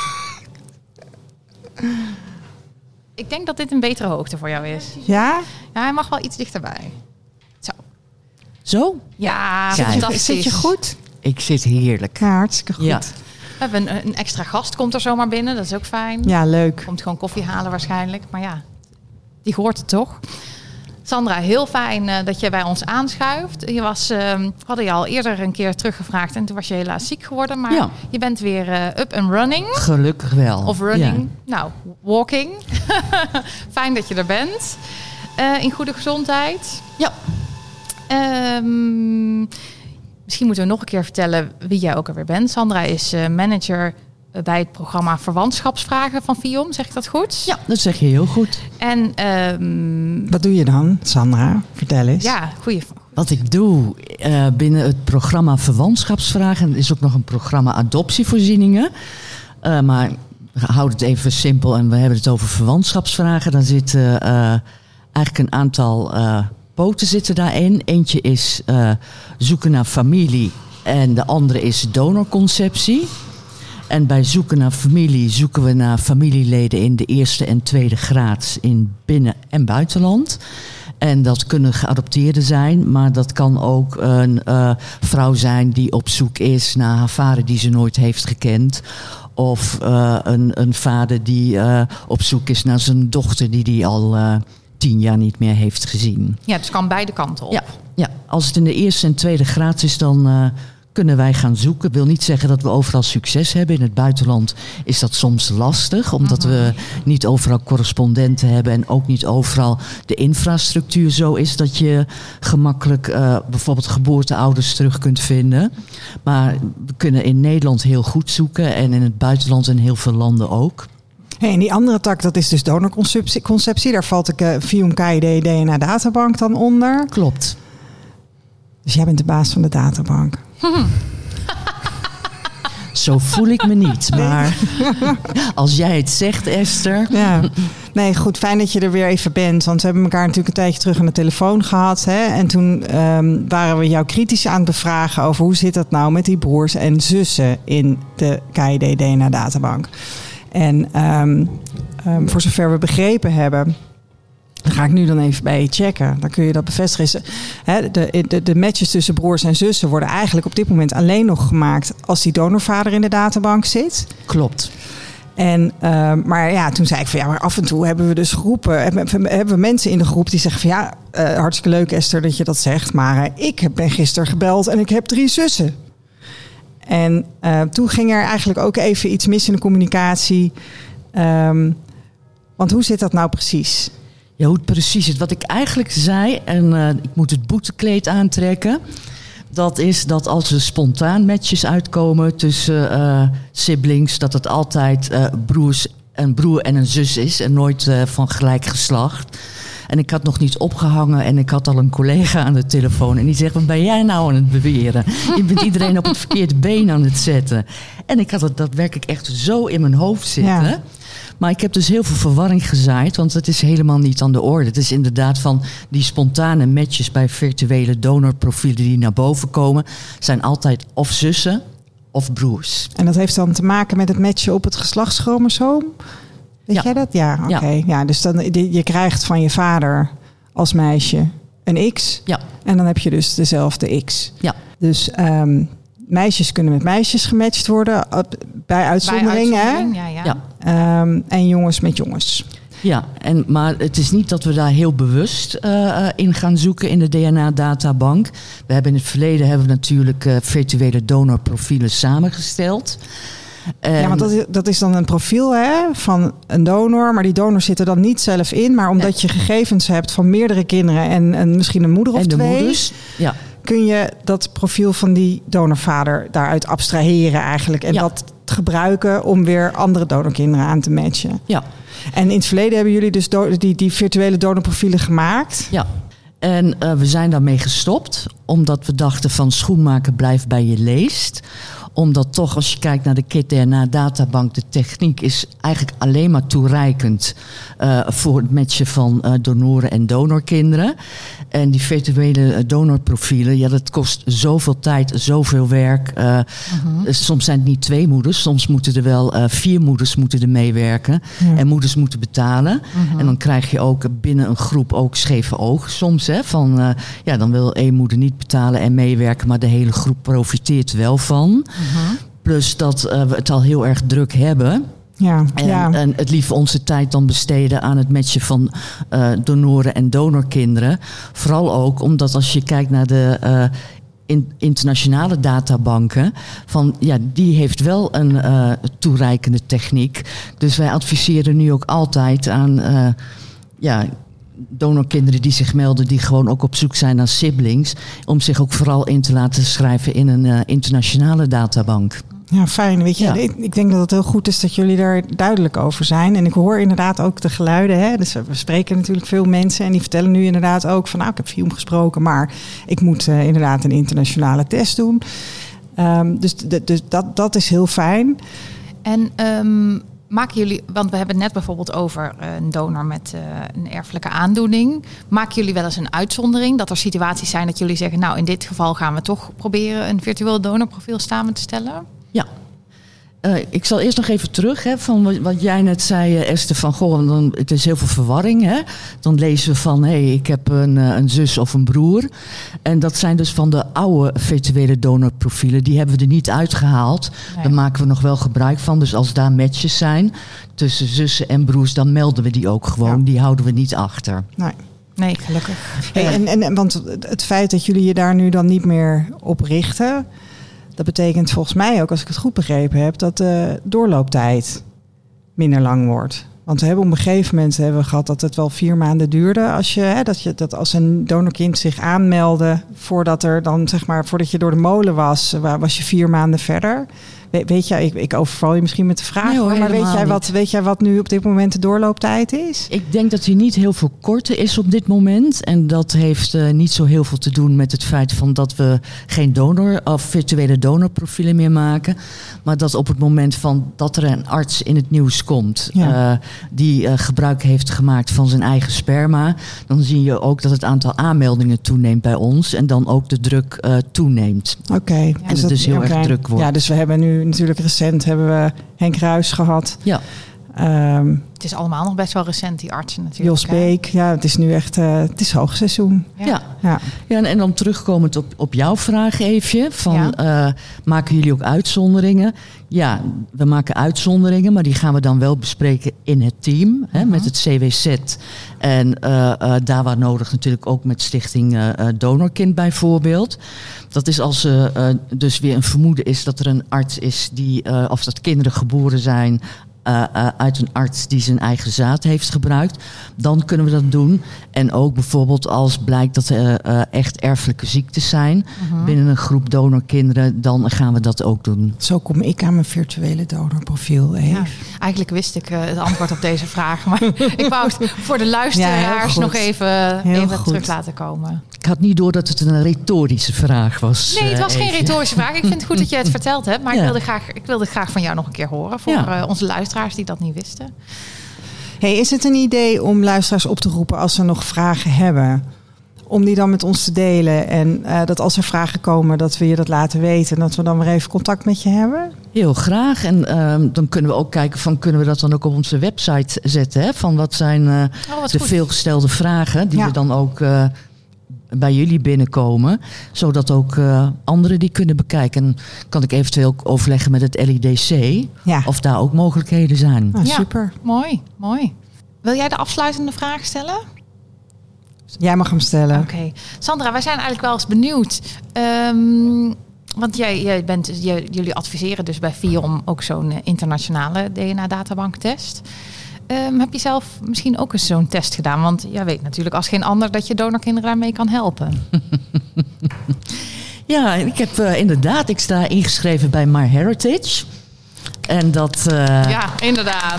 Ik denk dat dit een betere hoogte voor jou is. Ja? Ja, hij mag wel iets dichterbij. Zo. Zo? Ja, Kijk. fantastisch. Zit je goed? Ik zit heerlijk. Ja, hartstikke goed. Ja. We hebben een, een extra gast, komt er zomaar binnen. Dat is ook fijn. Ja, leuk. Komt gewoon koffie halen waarschijnlijk. Maar ja, die hoort het toch. Sandra, heel fijn uh, dat je bij ons aanschuift. Je was, uh, we hadden je al eerder een keer teruggevraagd en toen was je helaas ziek geworden. Maar ja. je bent weer uh, up and running. Gelukkig wel. Of running. Ja. Nou, walking. Fijn dat je er bent. Uh, in goede gezondheid. Ja. Um, misschien moeten we nog een keer vertellen wie jij ook alweer bent. Sandra is uh, manager bij het programma Verwantschapsvragen van Fiom. Zeg ik dat goed? Ja, dat zeg je heel goed. En um, wat doe je dan, Sandra? Vertel eens. Ja, goeie. Wat ik doe uh, binnen het programma Verwantschapsvragen... er is ook nog een programma Adoptievoorzieningen. Uh, maar houd het even simpel en we hebben het over verwantschapsvragen. Dan zitten uh, eigenlijk een aantal uh, poten zitten daarin. Eentje is uh, zoeken naar familie en de andere is donorconceptie. En bij zoeken naar familie zoeken we naar familieleden in de eerste en tweede graad in binnen- en buitenland. En dat kunnen geadopteerden zijn, maar dat kan ook een uh, vrouw zijn die op zoek is naar haar vader die ze nooit heeft gekend. Of uh, een, een vader die uh, op zoek is naar zijn dochter die die al uh, tien jaar niet meer heeft gezien. Ja, dus kan beide kanten op. Ja, ja, als het in de eerste en tweede graad is, dan uh, kunnen wij gaan zoeken. Ik wil niet zeggen dat we overal succes hebben. In het buitenland is dat soms lastig. Omdat we niet overal correspondenten hebben. En ook niet overal de infrastructuur zo is dat je gemakkelijk uh, bijvoorbeeld geboorteouders terug kunt vinden. Maar we kunnen in Nederland heel goed zoeken. En in het buitenland in heel veel landen ook. Hey, en die andere tak, dat is dus donorconceptie. Daar valt de uh, Vium K I D D N A databank dan onder. Klopt. Dus jij bent de baas van de databank. Zo voel ik me niet. Maar als jij het zegt, Esther. Ja. Nee, goed. Fijn dat je er weer even bent. Want we hebben elkaar natuurlijk een tijdje terug aan de telefoon gehad. Hè? En toen um, waren we jou kritisch aan het bevragen over hoe zit dat nou met die broers en zussen in de K I D D N A databank. En um, um, voor zover we begrepen hebben, dan ga ik nu dan even bij je checken. Dan kun je dat bevestigen. He, de, de, de matches tussen broers en zussen worden eigenlijk op dit moment alleen nog gemaakt als die donorvader in de databank zit. Klopt. En, uh, maar ja, toen zei ik van ja, maar af en toe hebben we dus groepen, hebben, hebben we mensen in de groep die zeggen van ja, uh, hartstikke leuk Esther dat je dat zegt, maar uh, ik ben gisteren gebeld en ik heb drie zussen. En uh, toen ging er eigenlijk ook even iets mis in de communicatie. Um, want hoe zit dat nou precies? Ja, hoe het precies is. Wat ik eigenlijk zei, en uh, ik moet het boetekleed aantrekken. Dat is dat als er spontaan matches uitkomen tussen uh, siblings, dat het altijd uh, broers, een broer en een zus is en nooit uh, van gelijk geslacht. En ik had nog niet opgehangen en ik had al een collega aan de telefoon. En die zegt, wat ben jij nou aan het beweren? Je bent iedereen op het verkeerde been aan het zetten. En ik had het daadwerkelijk echt zo in mijn hoofd zitten. Ja. Maar ik heb dus heel veel verwarring gezaaid, want het is helemaal niet aan de orde. Het is inderdaad van die spontane matches bij virtuele donorprofielen die naar boven komen, zijn altijd of zussen of broers. En dat heeft dan te maken met het matchen op het geslachtschromosoom? Weet ja. jij dat? Ja, oké. Okay. Ja. ja, dus dan, je krijgt van je vader als meisje een X. Ja. En dan heb je dus dezelfde X. Ja. Dus um, meisjes kunnen met meisjes gematcht worden bij uitzondering. Bij uitzondering, hè? Ja, ja. Ja. Um, en jongens met jongens. Ja, en, maar het is niet dat we daar heel bewust uh, in gaan zoeken in de D N A-databank. We hebben in het verleden hebben we natuurlijk uh, virtuele donorprofielen samengesteld. En ja, want dat is, dat is dan een profiel hè, van een donor. Maar die donor zit er dan niet zelf in. Maar omdat nee. je gegevens hebt van meerdere kinderen en, en misschien een moeder of en de twee. Moeders, ja. Kun je dat profiel van die donorvader daaruit abstraheren eigenlijk. En ja. dat gebruiken om weer andere donorkinderen aan te matchen. Ja. En in het verleden hebben jullie dus do- die, die virtuele donorprofielen gemaakt. Ja. En uh, we zijn daarmee gestopt. Omdat we dachten van schoenmaken blijft bij je leest. Omdat toch als je kijkt naar de K I D D N A-databank, de techniek is eigenlijk alleen maar toereikend uh, voor het matchen van uh, donoren en donorkinderen. En die virtuele donorprofielen, ja, dat kost zoveel tijd, zoveel werk. Uh, uh-huh. Soms zijn het niet twee moeders, soms moeten er wel uh, vier moeders moeten er meewerken. Ja. En moeders moeten betalen. Uh-huh. En dan krijg je ook binnen een groep ook scheve ogen soms. Hè, van, uh, ja, dan wil één moeder niet betalen en meewerken, maar de hele groep profiteert wel van. Uh-huh. Plus dat uh, we het al heel erg druk hebben. Ja, en, ja. en het liever onze tijd dan besteden aan het matchen van uh, donoren en donorkinderen. Vooral ook omdat als je kijkt naar de uh, in, internationale databanken, van ja, die heeft wel een uh, toereikende techniek. Dus wij adviseren nu ook altijd aan uh, ja, donorkinderen die zich melden, die gewoon ook op zoek zijn naar siblings, om zich ook vooral in te laten schrijven in een uh, internationale databank. Ja, fijn. Weet je, ja. ik, ik denk dat het heel goed is dat jullie daar duidelijk over zijn. En ik hoor inderdaad ook de geluiden. Hè? Dus we spreken natuurlijk veel mensen en die vertellen nu inderdaad ook van, nou, ik heb Vium gesproken, maar ik moet uh, inderdaad een internationale test doen. Um, dus de, de, dat, dat is heel fijn. En um, maken jullie, want we hebben het net bijvoorbeeld over een donor met uh, een erfelijke aandoening. Maken jullie wel eens een uitzondering? Dat er situaties zijn dat jullie zeggen, nou, in dit geval gaan we toch proberen een virtueel donorprofiel samen te stellen? Ja. Uh, ik zal eerst nog even terug hè, van wat, wat jij net zei, Esther, van goh, dan, het is heel veel verwarring. Hè? Dan lezen we van, hé, hey, ik heb een, een zus of een broer. En dat zijn dus van de oude virtuele donorprofielen. Die hebben we er niet uitgehaald. Nee. Daar maken we nog wel gebruik van. Dus als daar matches zijn tussen zussen en broers, dan melden we die ook gewoon. Ja. Die houden we niet achter. Nee. Nee, gelukkig. Hey, en, en, want het feit dat jullie je daar nu dan niet meer op richten, Dat betekent volgens mij ook, als ik het goed begrepen heb, dat de doorlooptijd minder lang wordt. Want we hebben op een gegeven moment hebben we gehad dat het wel vier maanden duurde. Als je, hè, dat je dat als een donorkind zich aanmeldde voordat er dan zeg maar voordat je door de molen was, was je vier maanden verder. We, weet jij, ik, ik overval je misschien met de vraag, Nee, hoor, maar weet jij, wat, niet. weet jij wat nu op dit moment de doorlooptijd is? Ik denk dat hij niet heel veel korter is op dit moment. En dat heeft uh, niet zo heel veel te doen met het feit van dat we geen donor of virtuele donorprofielen meer maken. Maar dat op het moment van dat er een arts in het nieuws komt, Ja. uh, die uh, gebruik heeft gemaakt van zijn eigen sperma, dan zie je ook dat het aantal aanmeldingen toeneemt bij ons. En dan ook de druk uh, toeneemt. Oké. Okay. En het dus heel okay. erg druk wordt. Ja, dus we hebben nu natuurlijk recent hebben we Henk Ruijs gehad. Ja. Um, Het is allemaal nog best wel recent, die artsen natuurlijk. Jos Beek, ja, het is nu echt, uh, het is hoogseizoen. Ja. Ja. Ja. Ja, en, en dan terugkomend op, op jouw vraag even. Van, Ja. uh, maken jullie ook uitzonderingen? Ja, we maken uitzonderingen, maar die gaan we dan wel bespreken in het team. Hè, Mhm. met het C W Z. En uh, uh, daar waar nodig natuurlijk ook met Stichting uh, uh, Donorkind bijvoorbeeld. Dat is als er uh, uh, dus weer een vermoeden is dat er een arts is die, uh, of dat kinderen geboren zijn Uh, uh, uit een arts die zijn eigen zaad heeft gebruikt, dan kunnen we dat doen. En ook bijvoorbeeld als blijkt dat er uh, echt erfelijke ziektes zijn Mhm. binnen een groep donorkinderen, dan gaan we dat ook doen. Zo kom ik aan mijn virtuele donorprofiel. Eve. Ja, eigenlijk wist ik uh, het antwoord op deze vraag. Maar ik wou het voor de Ja, luisteraars heel goed. nog even, Heel even goed. terug laten komen. Ik had niet door dat het een retorische vraag was. Nee, het was uh, geen Eefje. retorische vraag. Ik vind het goed dat je het verteld hebt. Maar Ja. ik, wilde graag, ik wilde het graag van jou nog een keer horen. Voor Ja. uh, onze luisteraars die dat niet wisten. Hey, is het een idee om luisteraars op te roepen als ze nog vragen hebben? Om die dan met ons te delen. En uh, dat als er vragen komen, dat we je dat laten weten. En dat we dan weer even contact met je hebben. Heel graag. En uh, dan kunnen we ook kijken van, kunnen we dat dan ook op onze website zetten? Hè? Van wat zijn uh, Oh, wat de goed. veelgestelde vragen die Ja. we dan ook uh, bij jullie binnenkomen. Zodat ook uh, anderen die kunnen bekijken. En kan ik eventueel ook overleggen met het L I D C. Ja, Of daar ook mogelijkheden zijn. nou, Ja. super. Mooi, mooi. Wil jij de afsluitende vraag stellen? Jij mag hem stellen. Oké. Okay. Sandra, wij zijn eigenlijk wel eens benieuwd. Um, want jij, jij bent, jij, jullie adviseren dus bij V I O M ook zo'n uh, internationale D N A-databanktest. Um, heb je zelf misschien ook eens zo'n test gedaan? Want jij weet natuurlijk als geen ander dat je donorkinderen daarmee kan helpen. Ja, ik heb uh, inderdaad, ik sta ingeschreven bij MyHeritage. En dat... Uh, ja, inderdaad.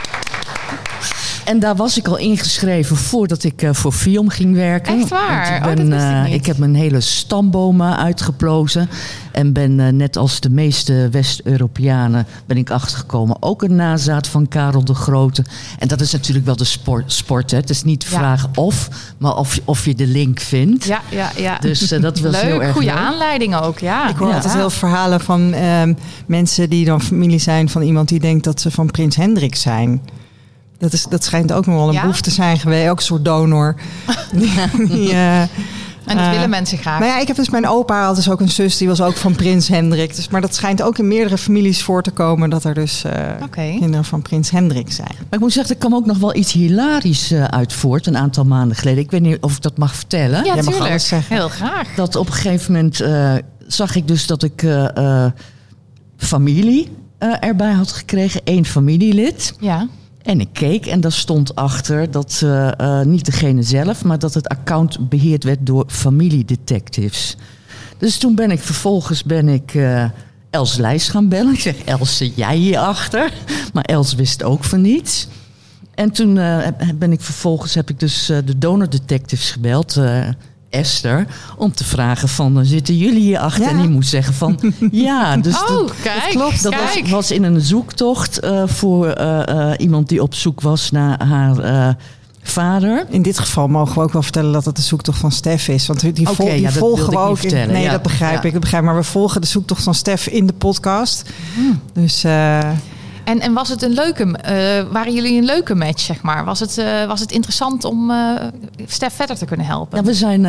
En daar was ik al ingeschreven voordat ik uh, voor V I O M ging werken. Echt waar? Want ik, oh, ben, dat wist ik uh, niet. ik heb mijn hele stambomen uitgeplozen. En ben uh, net als de meeste West-Europeanen ben ik achtergekomen. Ook een nazaat van Karel de Grote. En dat is natuurlijk wel de sport. sport hè. Het is niet de Ja. vraag of, maar of, of je de link vindt. Ja, ja, ja. Dus uh, dat was leuk, heel erg goede leuk. aanleiding ook, ja. Ik hoor ja. altijd heel veel verhalen van um, mensen die dan familie zijn van iemand die denkt dat ze van Prins Hendrik zijn. Dat, is, dat schijnt ook nog wel een Ja? behoefte te zijn geweest. Ook een soort donor. die, uh, En dat uh, willen mensen graag. Nou ja, ik heb dus mijn opa had dus ook een zus die was ook van Prins Hendrik. Dus, maar dat schijnt ook in meerdere families voor te komen dat er dus uh, Oké. kinderen van Prins Hendrik zijn. Maar ik moet zeggen, er kwam ook nog wel iets hilarisch uh, uit voort. Een aantal maanden geleden. Ik weet niet of ik dat mag vertellen. Ja, Jij mag tuurlijk. alles zeggen. Heel graag. Dat op een gegeven moment uh, zag ik dus dat ik uh, uh, familie uh, erbij had gekregen. Één familielid. Ja. En ik keek en daar stond achter dat uh, uh, niet degene zelf, maar dat het account beheerd werd door familiedetectives. Dus toen ben ik vervolgens ben ik uh, Els Lijs gaan bellen. Ik zeg, Els, zit jij hierachter? Maar Els wist ook van niets. En toen uh, ben ik vervolgens heb ik dus uh, de donordetectives gebeld. Uh, Esther, om te vragen van, uh, zitten jullie hierachter? Ja. En die moest zeggen van, ja. Dus Oh, dat, kijk. klopt. Dat was, kijk. was in een zoektocht uh, voor uh, uh, iemand die op zoek was naar haar uh, vader. In dit geval mogen we ook wel vertellen dat het de zoektocht van Stef is. Want die, vol, Oké, die ja, dat volgen wilde we ik niet ook. vertellen, Nee, ja. dat begrijp Ja. ik. Dat begrijp, maar we volgen de zoektocht van Stef in de podcast. Hmm. Dus uh, En, en was het een leuke, uh, waren jullie een leuke match, zeg maar? Was het, uh, was het interessant om uh, Stef verder te kunnen helpen? Ja, we zijn uh,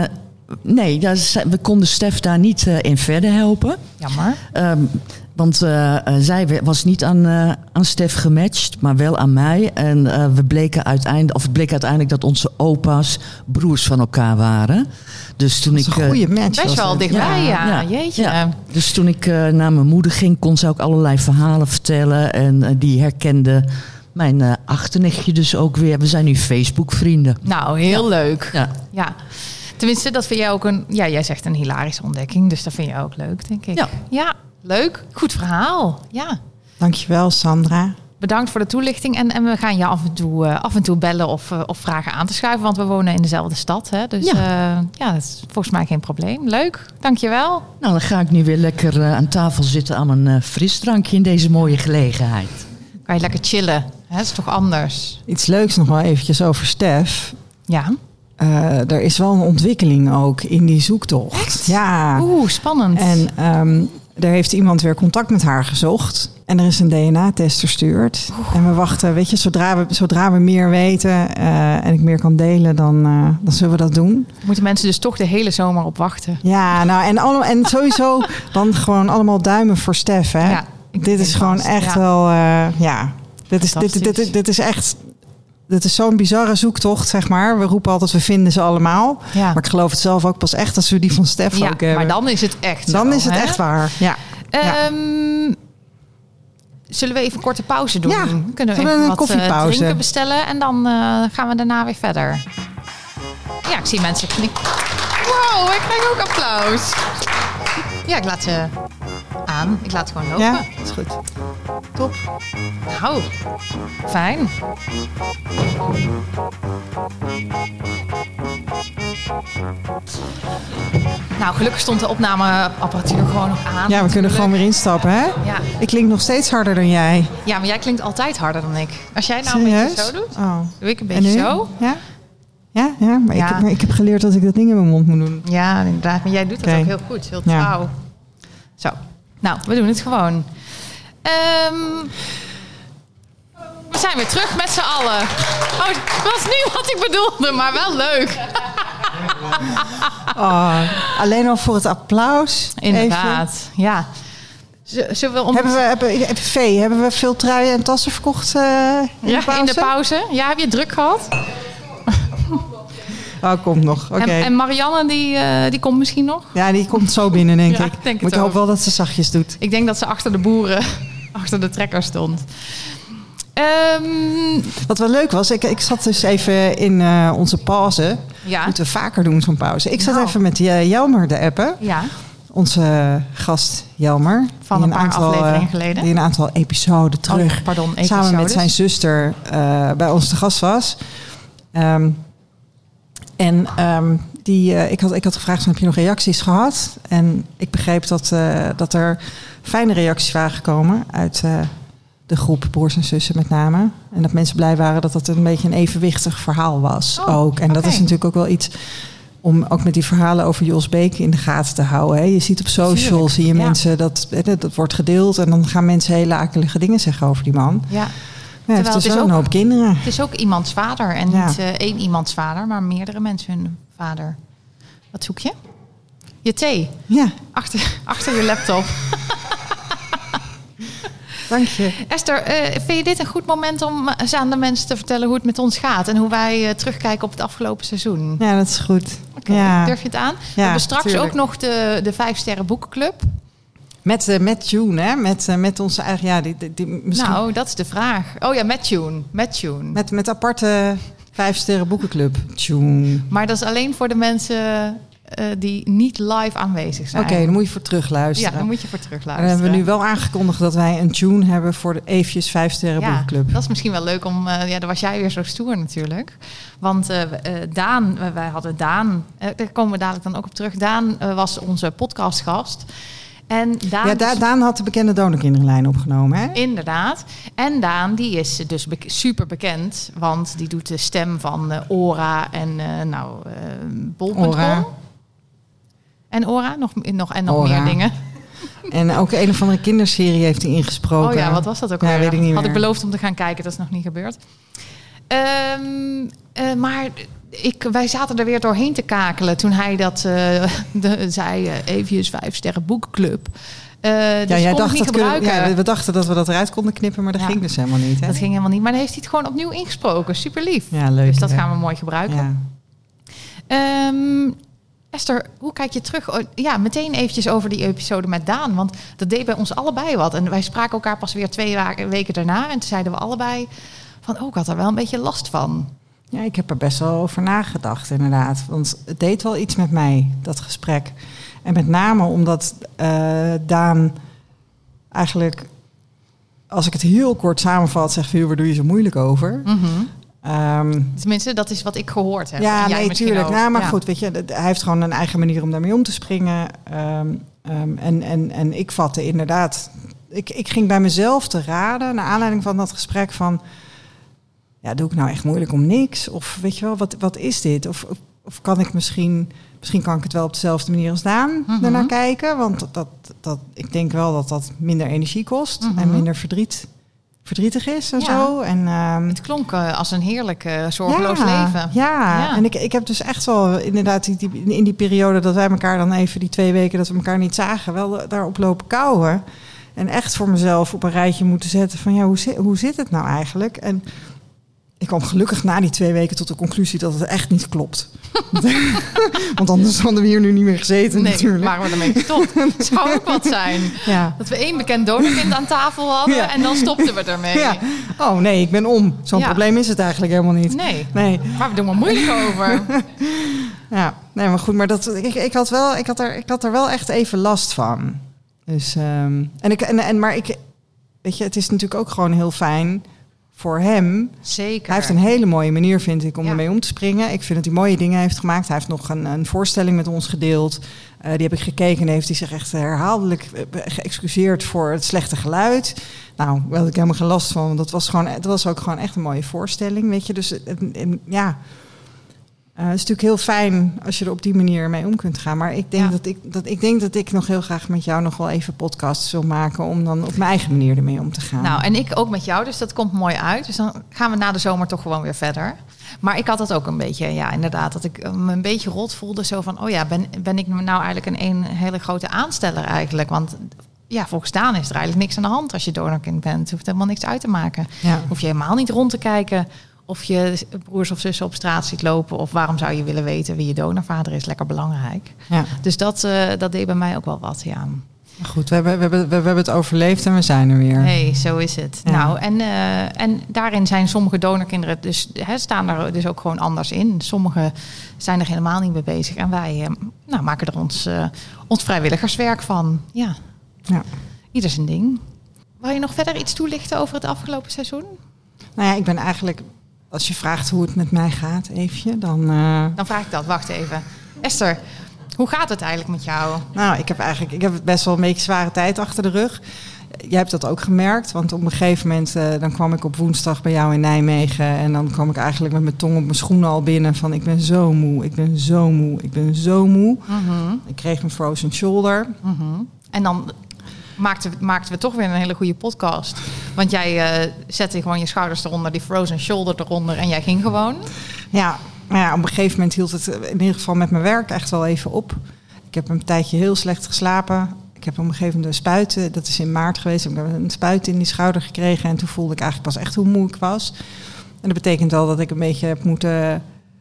nee, dat is, we konden Stef daar niet uh, in verder helpen. Jammer. Um, want uh, uh, zij was niet aan, uh, aan Stef gematcht, maar wel aan mij. En uh, we bleken uiteindelijk, of het bleek uiteindelijk dat onze opa's broers van elkaar waren. Dus toen dat is ik, een uh, goede match. Best wel dichtbij, ja. ja. Jeetje. Ja. Dus toen ik uh, naar mijn moeder ging, kon ze ook allerlei verhalen vertellen. En uh, die herkende mijn uh, achternichtje dus ook weer. We zijn nu Facebook-vrienden. Nou, heel ja. leuk. Ja. ja. Tenminste, dat vind jij ook een... Ja, jij zegt een hilarische ontdekking. Dus dat vind je ook leuk, denk ik. Ja. Ja, leuk. Goed verhaal. Ja. Dankjewel, Sandra. Bedankt voor de toelichting. En, en we gaan je af en toe, uh, af en toe bellen of, uh, of vragen aan te schuiven. Want we wonen in dezelfde stad. Hè? Dus ja, uh, ja, dat is volgens mij geen probleem. Leuk. Dankjewel. Nou, dan ga ik nu weer lekker uh, aan tafel zitten aan mijn uh, frisdrankje in deze mooie gelegenheid. Kan je lekker chillen. Hè? Dat is toch anders. Iets leuks nog wel eventjes over Stef. Ja. Uh, er is wel een ontwikkeling ook in die zoektocht. Echt? Ja. Oeh, spannend. En um, er heeft iemand weer contact met haar gezocht. En er is een D N A-test verstuurd. Oeh. En we wachten, weet je, zodra we, zodra we meer weten uh, en ik meer kan delen, dan, uh, dan zullen we dat doen. Moeten mensen dus toch de hele zomer op wachten? Ja, nou en, allemaal, en sowieso dan gewoon allemaal duimen voor Stef, hè? Ja, dit is gewoon vast. echt ja. wel, uh, ja. Dit is, dit, dit, dit, dit is echt... Dit is zo'n bizarre zoektocht, zeg maar. We roepen altijd, we vinden ze allemaal. Ja. Maar ik geloof het zelf ook pas echt als we die van Stef ja, ook hebben. Maar dan is het echt Dan zo, is het hè? echt waar, ja. Um, ja. Zullen we even een korte pauze doen? Ja, kunnen we even wat uh, drinken bestellen en dan uh, gaan we daarna weer verder. Ja, ik zie mensen knikken. Wow, ik krijg ook applaus. Ja, ik laat ze aan. Ik laat ze gewoon lopen. Ja, dat is goed. Top. Nou, fijn. Nou, gelukkig stond de opnameapparatuur gewoon nog aan. Ja, we natuurlijk. kunnen gewoon weer instappen, hè? Ja. Ik klink nog steeds harder dan jij. Ja, maar jij klinkt altijd harder dan ik. Als jij nou Serieus? een beetje zo doet, oh. doe ik een beetje zo. Ja? Ja, ja, maar, ja. Ik, maar ik heb geleerd dat ik dat ding in mijn mond moet doen. Ja, inderdaad. Maar jij doet dat okay. ook heel goed. Heel trouw. Ja. Zo. Nou, we doen het gewoon. Um, we zijn weer terug met z'n allen. Oh, dat was niet wat ik bedoelde, maar wel leuk. Oh, alleen al voor het applaus. Inderdaad, even. Ja. Zullen we om... Hebben we, hebben, Vee, hebben we veel truien en tassen verkocht uh, in ja, de pauze? in de pauze. Ja, heb je het druk gehad? Oh, komt nog. Okay. En, en Marianne, die, uh, die komt misschien nog? Ja, die komt zo binnen, denk ja, ik. Denk maar ik hoop wel dat ze zachtjes doet. Ik denk dat ze achter de boeren, achter de trekker stond. Um, Wat wel leuk was, ik, ik zat dus even in uh, onze pauze. Ja. Moeten we vaker doen, zo'n pauze. Ik zat nou. even met uh, Jelmer de appen. Ja. Onze gast Jelmer. Van een, een paar aantal, afleveringen geleden. Die een aantal episoden terug. Oh, pardon, episodes. Samen met zijn zuster uh, bij ons te gast was. Um, en um, die, uh, ik, had, ik had gevraagd, heb je nog reacties gehad? En ik begreep dat, uh, dat er fijne reacties waren gekomen uit uh, de groep broers en zussen met name. En dat mensen blij waren dat dat een beetje een evenwichtig verhaal was oh, ook. En okay. dat is natuurlijk ook wel iets om ook met die verhalen over Jos Beek in de gaten te houden. Hè. Je ziet op social, Tuurlijk. zie je ja. mensen, dat, dat, dat wordt gedeeld. En dan gaan mensen hele akelige dingen zeggen over die man. Ja. Ja, het is dus wel ook, een hoop kinderen. Het is ook iemands vader. En ja. niet uh, één iemands vader, maar meerdere mensen hun vader. Wat zoek je? Je thee? Ja. Achter, achter je laptop. Dank je. Esther, uh, vind je dit een goed moment om eens aan de mensen te vertellen hoe het met ons gaat? En hoe wij uh, terugkijken op het afgelopen seizoen? Ja, dat is goed. Okay, ja. Durf je het aan? Ja, we hebben straks tuurlijk. ook nog de, de Vijf Sterren Boekenclub. Met, uh, met June, hè? Met, uh, met onze eigen... Ja, die, die, die, misschien... Nou, dat is de vraag. Oh ja, met June. Met June. Met, met aparte Vijf Sterren Boekenclub. June. Maar dat is alleen voor de mensen uh, die niet live aanwezig zijn. Oké, okay, dan moet je voor terugluisteren. Ja, dan moet je voor terugluisteren. En dan hebben we nu wel aangekondigd dat wij een tune hebben voor de eventjes Vijf Sterren ja, Boekenclub. Dat is misschien wel leuk om... Uh, ja, dan was jij weer zo stoer natuurlijk. Want uh, uh, Daan, uh, wij hadden Daan... Uh, daar komen we dadelijk dan ook op terug. Daan uh, was onze podcastgast. En Daan ja, da- Daan had de bekende Donorkinderlijn opgenomen, hè? Inderdaad. En Daan, die is dus be- super bekend. Want die doet de stem van uh, Ora en uh, nou, uh, Bol punt com. En Ora, nog, nog, en nog Ora. meer dingen. En ook een of andere kinderserie heeft hij ingesproken. Oh ja, wat was dat ook ja, alweer? Weet ik niet Had meer. ik beloofd om te gaan kijken, dat is nog niet gebeurd. Um, uh, maar ik, wij zaten er weer doorheen te kakelen toen hij dat uh, de, zei, uh, Evius vijf sterren boekenclub. Uh, dus ja, jij kon dacht niet dat gebruiken. Kun, ja, we dachten dat we dat eruit konden knippen, maar dat ja, ging dus helemaal niet. Hè? Dat ging helemaal niet. Maar dan heeft hij het gewoon opnieuw ingesproken. Super lief. Ja, leuk. Dus dat hè? gaan we mooi gebruiken. Ja. Um, Esther, hoe kijk je terug? Oh, ja, meteen eventjes over die episode met Daan. Want dat deed bij ons allebei wat. En wij spraken elkaar pas weer twee weken daarna. En toen zeiden we allebei van, oh, ik had er wel een beetje last van. Ja, ik heb er best wel over nagedacht, inderdaad. Want het deed wel iets met mij, dat gesprek. En met name omdat uh, Daan eigenlijk, als ik het heel kort samenvat, zegt van, waar doe je zo moeilijk over? Mm-hmm. Um, Tenminste, dat is wat ik gehoord heb. Ja, nee, tuurlijk. Nou, maar ja. goed, weet je, hij heeft gewoon een eigen manier om daarmee om te springen. Um, um, en, en, en ik vatte inderdaad... Ik, ik ging bij mezelf te raden, naar aanleiding van dat gesprek van... Ja, doe ik nou echt moeilijk om niks? Of weet je wel, wat, wat is dit? Of, of, of kan ik misschien... Misschien kan ik het wel op dezelfde manier als Daan mm-hmm. ernaar kijken. Want dat, dat, dat, ik denk wel dat dat minder energie kost mm-hmm. en minder verdriet... verdrietig is en ja. zo. En, um, het klonk uh, als een heerlijk uh, zorgeloos ja, leven. Ja, ja. En ik, ik heb dus echt wel inderdaad die, die, in die periode dat wij elkaar dan even die twee weken dat we elkaar niet zagen, wel daarop lopen kouwen. En echt voor mezelf op een rijtje moeten zetten van ja, hoe zit, hoe zit het nou eigenlijk? En ik kwam gelukkig na die twee weken tot de conclusie dat het echt niet klopt. Want anders hadden we hier nu niet meer gezeten nee, natuurlijk. waren we ermee gestopt. Het zou ook wat zijn. Ja. Dat we één bekend donorkind aan tafel hadden ja. en dan stopten we ermee. Ja. Oh nee, ik ben om. Zo'n ja. probleem is het eigenlijk helemaal niet. Nee, nee. Maar we doen er moeilijk over. Ja, nee, maar goed. Maar dat, ik, ik, had wel, ik, had er, ik had er wel echt even last van. Dus, um, en ik, en, en, maar ik, weet je, het is natuurlijk ook gewoon heel fijn... voor hem. Zeker. Hij heeft een hele mooie manier, vind ik, om ja. ermee om te springen. Ik vind dat hij mooie dingen heeft gemaakt. Hij heeft nog een, een voorstelling met ons gedeeld. Uh, die heb ik gekeken en heeft hij zich echt herhaaldelijk geëxcuseerd voor het slechte geluid. Nou, daar had ik helemaal geen last van. Want dat was, gewoon, dat was ook gewoon echt een mooie voorstelling, weet je. Dus en, en, ja... Uh, het is natuurlijk heel fijn als je er op die manier mee om kunt gaan. Maar ik denk, ja. dat ik, dat, ik denk dat ik nog heel graag met jou nog wel even podcasts wil maken... om dan op mijn eigen manier ermee om te gaan. Nou, en ik ook met jou, dus dat komt mooi uit. Dus dan gaan we na de zomer toch gewoon weer verder. Maar ik had dat ook een beetje, ja, inderdaad. Dat ik me een beetje rot voelde. Zo van, oh ja, ben, ben ik nou eigenlijk een, een hele grote aansteller eigenlijk? Want... ja, volgens Daan is er eigenlijk niks aan de hand als je donorkind bent. Het hoeft helemaal niks uit te maken. Ja. Hoef je helemaal niet rond te kijken... of je broers of zussen op straat ziet lopen... of waarom zou je willen weten wie je donorvader is. Lekker belangrijk. Ja. Dus dat, uh, dat deed bij mij ook wel wat, ja. Goed, we hebben, we, hebben, we hebben het overleefd en we zijn er weer. Hey, zo is het. Ja. Nou, en, uh, en daarin zijn sommige donorkinderen... dus hè, staan er dus ook gewoon anders in. Sommigen zijn er helemaal niet mee bezig. En wij uh, nou, maken er ons, uh, ons vrijwilligerswerk van. Ja. Ja. Ieder zijn ding. Wil je nog verder iets toelichten over het afgelopen seizoen? Nou ja, ik ben eigenlijk... als je vraagt hoe het met mij gaat, Eefje, dan... Uh... Dan vraag ik dat. Wacht even. Esther, hoe gaat het eigenlijk met jou? Nou, ik heb eigenlijk ik heb best wel een beetje zware tijd achter de rug. Jij hebt dat ook gemerkt, want op een gegeven moment... Uh, dan kwam ik op woensdag bij jou in Nijmegen... en dan kwam ik eigenlijk met mijn tong op mijn schoenen al binnen... van ik ben zo moe, ik ben zo moe, ik ben zo moe. Mm-hmm. Ik kreeg een frozen shoulder. Mm-hmm. En dan... Maakten we, maakten we toch weer een hele goede podcast. Want jij uh, zette gewoon je schouders eronder, die frozen shoulder eronder en jij ging gewoon. Ja, maar ja, op een gegeven moment hield het in ieder geval met mijn werk echt wel even op. Ik heb een tijdje heel slecht geslapen. Ik heb op een gegeven moment een spuit, dat is in maart geweest. Ik heb een spuit in die schouder gekregen en toen voelde ik eigenlijk pas echt hoe moe ik was. En dat betekent wel dat ik een beetje heb moeten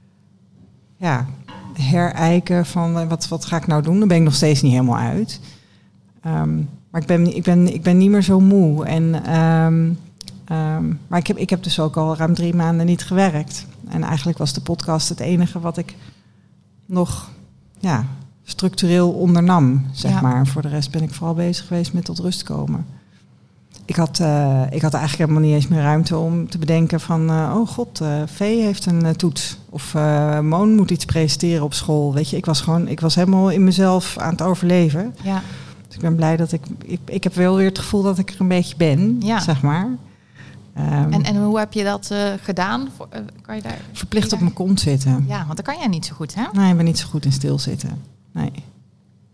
ja, herijken van wat, wat ga ik nou doen. Daar ben ik nog steeds niet helemaal uit. Um, Maar ik ben, ik, ben, ik ben niet meer zo moe. En, um, um, maar ik heb, ik heb dus ook al ruim drie maanden niet gewerkt. En eigenlijk was de podcast het enige wat ik nog ja, structureel ondernam, zeg ja. maar. En voor de rest ben ik vooral bezig geweest met tot rust komen. Ik had, uh, ik had eigenlijk helemaal niet eens meer ruimte om te bedenken van... Uh, oh god, uh, Vee heeft een uh, toets. Of uh, Moon moet iets presenteren op school. Weet je, ik was gewoon, ik was helemaal in mezelf aan het overleven. Ja. Ik ben blij dat ik, ik... Ik heb wel weer het gevoel dat ik er een beetje ben, ja. zeg maar. Um, en, en hoe heb je dat uh, gedaan? Uh, kan je daar, verplicht op mijn kont zitten. Ja, want dan kan jij niet zo goed, hè? Nee, ik ben niet zo goed in stilzitten. Nee.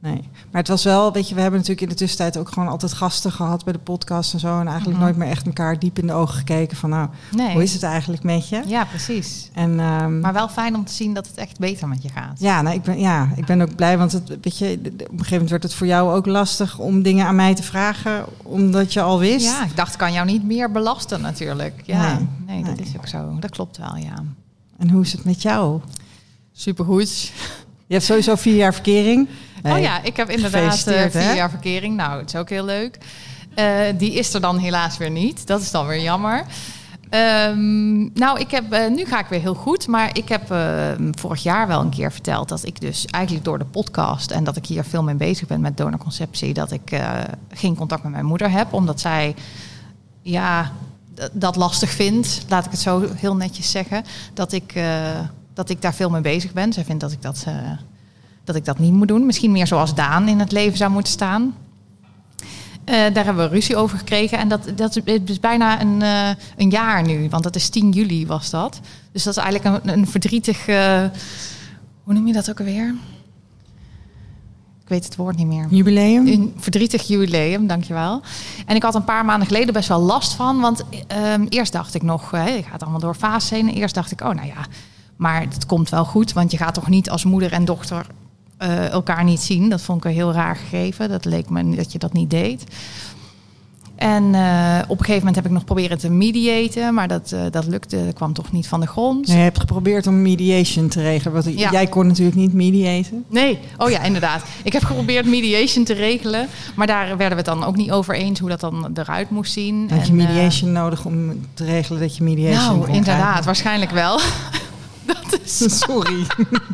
Nee, maar het was wel, weet je, we hebben natuurlijk in de tussentijd ook gewoon altijd gasten gehad bij de podcast en zo. En eigenlijk Mm-hmm. nooit meer echt elkaar diep in de ogen gekeken van, nou, Nee. hoe is het eigenlijk met je? Ja, precies. En, um, Maar wel fijn om te zien dat het echt beter met je gaat. ja, nou, ik ben, ja, ik ben ook blij, want het, weet je, op een gegeven moment werd het voor jou ook lastig om dingen aan mij te vragen, omdat je al wist. Ja, ik dacht, ik kan jou niet meer belasten natuurlijk. Ja, Nee, nee, dat nee. is ook zo. Dat klopt wel, ja. En hoe is het met jou? Supergoed. Je hebt sowieso vier jaar verkering. Oh ja, ik heb inderdaad uh, Gefeliciteerd, vier hè? jaar verkering. Nou, het is ook heel leuk. Uh, die is er dan helaas weer niet. Dat is dan weer jammer. Um, nou, ik heb, uh, nu ga ik weer heel goed. Maar ik heb uh, vorig jaar wel een keer verteld dat ik dus eigenlijk door de podcast en dat ik hier veel mee bezig ben met donorconceptie, dat ik uh, geen contact met mijn moeder heb, omdat zij ja d- dat lastig vindt. Laat ik het zo heel netjes zeggen. Dat ik, uh, dat ik daar veel mee bezig ben. Zij vindt dat ik dat, uh, dat ik dat niet moet doen. Misschien meer zoals Daan in het leven zou moeten staan. Uh, daar hebben we ruzie over gekregen. En dat, dat is bijna een, uh, een jaar nu. Want dat is tien juli was dat. Dus dat is eigenlijk een, een verdrietig... Uh, hoe noem je dat ook alweer? Ik weet het woord niet meer. Jubileum? Een verdrietig jubileum, dankjewel. En ik had een paar maanden geleden best wel last van. Want um, eerst dacht ik nog... Uh, ik ga het allemaal door fases heen. Eerst dacht ik, oh nou ja... Maar het komt wel goed. Want je gaat toch niet als moeder en dochter... Uh, elkaar niet zien. Dat vond ik een heel raar gegeven. Dat leek me dat je dat niet deed. En uh, op een gegeven moment heb ik nog proberen te mediaten. Maar dat, uh, dat lukte. Dat kwam toch niet van de grond. Nee, je hebt geprobeerd om mediation te regelen. Want Ja. Jij kon natuurlijk niet mediaten. Nee, oh ja, inderdaad. Ik heb geprobeerd mediation te regelen. Maar daar werden we het dan ook niet over eens hoe dat dan eruit moest zien. Had je en, mediation uh, nodig om te regelen dat je mediation Nou, kon inderdaad. krijgen? Waarschijnlijk wel. Dat is... Sorry.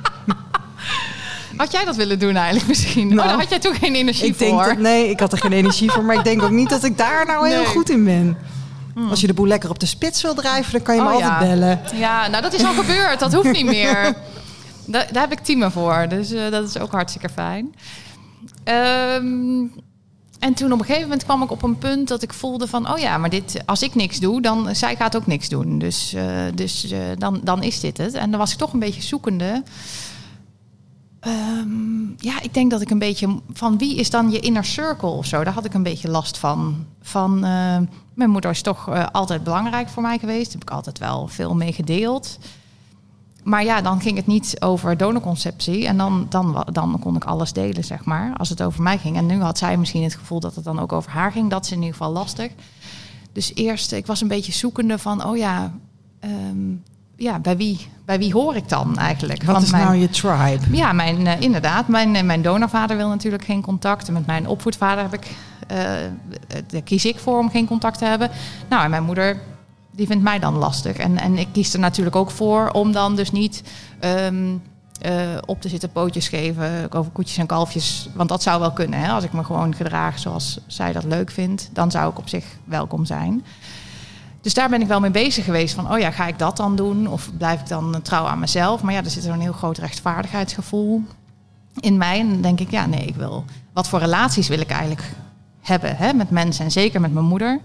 Had jij dat willen doen eigenlijk misschien? Nou, oh, daar had jij toen geen energie ik voor. denk dat, nee, ik had er geen energie voor. Maar ik denk ook niet dat ik daar nou heel Nee. goed in ben. Hmm. Als je de boel lekker op de spits wil drijven, dan kan je me Oh, altijd ja. bellen. Ja, nou dat is al gebeurd. Dat hoeft niet meer. Da- daar heb ik teamen voor. Dus uh, dat is ook hartstikke fijn. Um, en toen op een gegeven moment kwam ik op een punt dat ik voelde van... oh ja, maar dit, als ik niks doe, dan zij gaat ook niks doen. Dus, uh, dus uh, dan, dan is dit het. En dan was ik toch een beetje zoekende... Um, ja, ik denk dat ik een beetje... van wie is dan je inner circle of zo? Daar had ik een beetje last van. Van uh, mijn moeder is toch uh, altijd belangrijk voor mij geweest. Daar heb ik altijd wel veel mee gedeeld. Maar ja, dan ging het niet over donorconceptie. En dan, dan, dan kon ik alles delen, zeg maar. Als het over mij ging. En nu had zij misschien het gevoel dat het dan ook over haar ging. Dat is in ieder geval lastig. Dus eerst, ik was een beetje zoekende van... oh ja... Um, Ja, bij wie, bij wie hoor ik dan eigenlijk? Wat Want is mijn, nou je tribe? Ja, mijn, uh, inderdaad. Mijn, uh, mijn donorvader wil natuurlijk geen contact. En met mijn opvoedvader heb ik, uh, daar kies ik voor om geen contact te hebben. Nou, en mijn moeder, die vindt mij dan lastig. En, en ik kies er natuurlijk ook voor om dan dus niet um, uh, op te zitten pootjes geven over koetjes en kalfjes. Want dat zou wel kunnen, hè? Als ik me gewoon gedraag zoals zij dat leuk vindt. Dan zou ik op zich welkom zijn. Dus daar ben ik wel mee bezig geweest. Van, oh ja, ga ik dat dan doen? Of blijf ik dan trouw aan mezelf? Maar ja, er zit zo'n heel groot rechtvaardigheidsgevoel in mij. En dan denk ik, ja, nee, ik wil... Wat voor relaties wil ik eigenlijk hebben, hè, met mensen? En zeker met mijn moeder.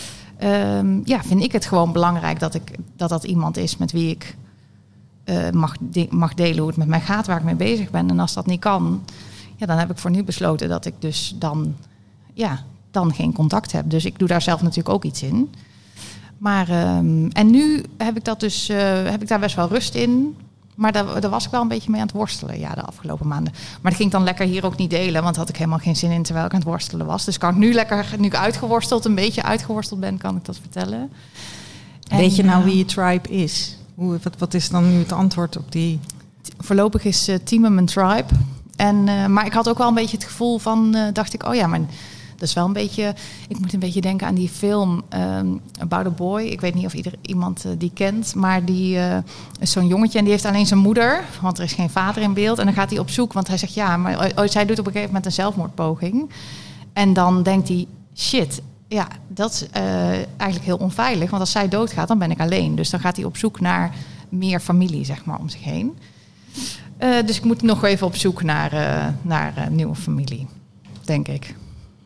Um, ja, vind ik het gewoon belangrijk dat ik, dat, dat iemand is met wie ik uh, mag, de, mag delen hoe het met mij gaat, waar ik mee bezig ben. En als dat niet kan, ja, dan heb ik voor nu besloten dat ik dus dan, ja, dan geen contact heb. Dus ik doe daar zelf natuurlijk ook iets in. Maar, um, en nu heb ik, dat dus, uh, heb ik daar best wel rust in. Maar daar, daar was ik wel een beetje mee aan het worstelen, ja, de afgelopen maanden. Maar dat ging ik dan lekker hier ook niet delen, want had ik helemaal geen zin in terwijl ik aan het worstelen was. Dus kan ik nu lekker, nu ik uitgeworsteld, een beetje uitgeworsteld ben, kan ik dat vertellen. En, weet je nou uh, wie je tribe is? Hoe, wat, wat is dan nu het antwoord op die... Voorlopig is uh, Team mijn tribe. En, uh, maar ik had ook wel een beetje het gevoel van, uh, dacht ik, oh ja, maar... Dat is wel een beetje... Ik moet een beetje denken aan die film um, About a Boy. Ik weet niet of ieder, iemand uh, die kent. Maar die uh, is zo'n jongetje en die heeft alleen zijn moeder. Want er is geen vader in beeld. En dan gaat hij op zoek. Want hij zegt ja, maar oh, zij doet op een gegeven moment een zelfmoordpoging. En dan denkt hij, shit, ja, dat is uh, eigenlijk heel onveilig. Want als zij doodgaat, dan ben ik alleen. Dus dan gaat hij op zoek naar meer familie, zeg maar, om zich heen. Uh, dus ik moet nog even op zoek naar, uh, naar uh, nieuwe familie, denk ik.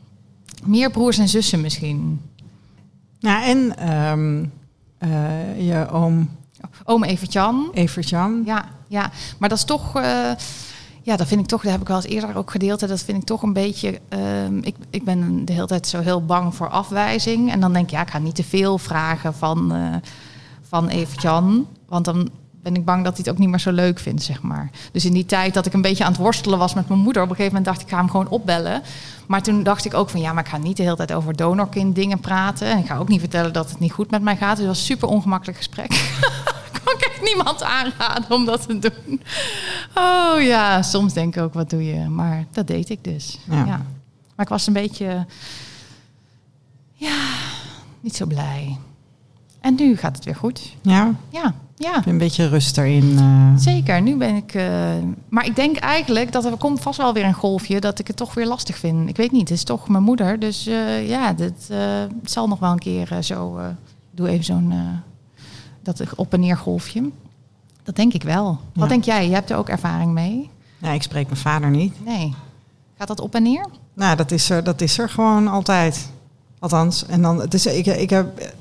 Meer broers en zussen misschien. Nou, en um, uh, je oom... Oom Evert-Jan. Evert-Jan. Ja, ja, maar dat is toch... Uh, Ja, dat vind ik toch, dat heb ik wel eens eerder ook gedeeld. Dat vind ik toch een beetje... Um, ik, ik ben de hele tijd zo heel bang voor afwijzing. En dan denk ik, ja, ik ga niet te veel vragen van, uh, van Evert-Jan. Want dan ben ik bang dat hij het ook niet meer zo leuk vindt, zeg maar. Dus in die tijd dat ik een beetje aan het worstelen was met mijn moeder... op een gegeven moment dacht ik, ik ga hem gewoon opbellen. Maar toen dacht ik ook van, ja, maar ik ga niet de hele tijd over donorkind dingen praten. En ik ga ook niet vertellen dat het niet goed met mij gaat. Dus het was een super ongemakkelijk gesprek. Kan ik echt niemand aanraden om dat te doen. Oh ja, soms denk ik ook, wat doe je? Maar dat deed ik dus. Ja. Ja. Maar ik was een beetje... Ja, niet zo blij. En nu gaat het weer goed. Ja? Ja, ja. Een beetje rust erin. Uh... Zeker, nu ben ik... Uh... Maar ik denk eigenlijk dat er komt vast wel weer een golfje... dat ik het toch weer lastig vind. Ik weet niet, het is toch mijn moeder. Dus uh, ja, dit, uh, het zal nog wel een keer uh, zo... Uh, doe even zo'n... Uh, dat op- en neer golfje. Dat denk ik wel. Wat Ja. denk jij? Je hebt er ook ervaring mee? Ja, ik spreek mijn vader niet. Nee. Gaat dat op en neer? Nou, dat is er, dat is er gewoon altijd. Althans. En dan, het is, ik, ik heb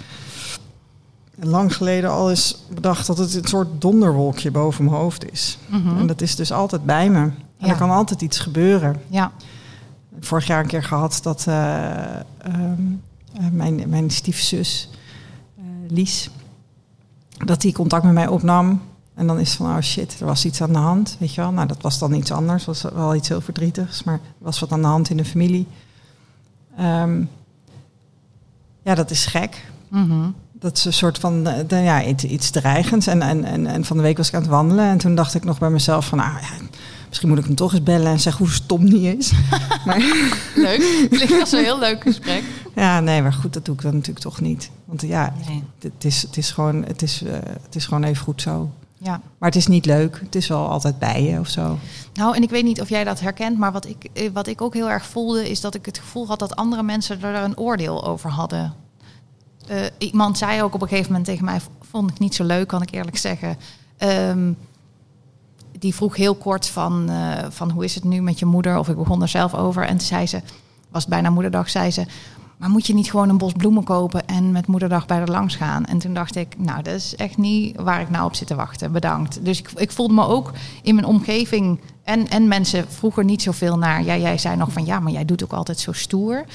lang geleden al eens bedacht dat het een soort donderwolkje boven mijn hoofd is. Mm-hmm. En dat is dus altijd bij me. En Ja. er kan altijd iets gebeuren. Ja. Vorig jaar een keer gehad dat uh, um, uh, mijn, mijn stiefzus, uh, Lies, dat die contact met mij opnam. En dan is het van, oh shit, er was iets aan de hand. Weet je wel, nou dat was dan iets anders. Was wel iets heel verdrietigs, maar er was wat aan de hand in de familie. Um, ja, dat is gek. Mm-hmm. Dat is een soort van, de, de, ja, iets, iets dreigends. En, en, en, en van de week was ik aan het wandelen. En toen dacht ik nog bij mezelf van, nou ja, misschien moet ik hem toch eens bellen en zeggen hoe stom die is. Maar, Leuk. Klinkt als een heel leuk gesprek. ja, nee, maar goed, dat doe ik dan natuurlijk toch niet. Want ja, Nee. het, is, het, is gewoon, het, is, uh, het is gewoon even goed zo. Ja. Maar het is niet leuk. Het is wel altijd bij je of zo. Nou, en ik weet niet of jij dat herkent, maar wat ik, wat ik ook heel erg voelde, is dat ik het gevoel had dat andere mensen er een oordeel over hadden. Uh, iemand zei ook op een gegeven moment tegen mij, vond ik niet zo leuk, kan ik eerlijk zeggen. Um, die vroeg heel kort van, uh, van hoe is het nu met je moeder? Of ik begon er zelf over. En toen zei ze, was het bijna moederdag, zei ze, maar moet je niet gewoon een bos bloemen kopen en met moederdag bij haar langs gaan? En toen dacht ik, nou, dat is echt niet waar ik nou op zit te wachten. Bedankt. Dus ik, ik voelde me ook in mijn omgeving en, en mensen vroegen niet zoveel naar. Ja, jij zei nog van, ja, maar jij doet ook altijd zo stoer.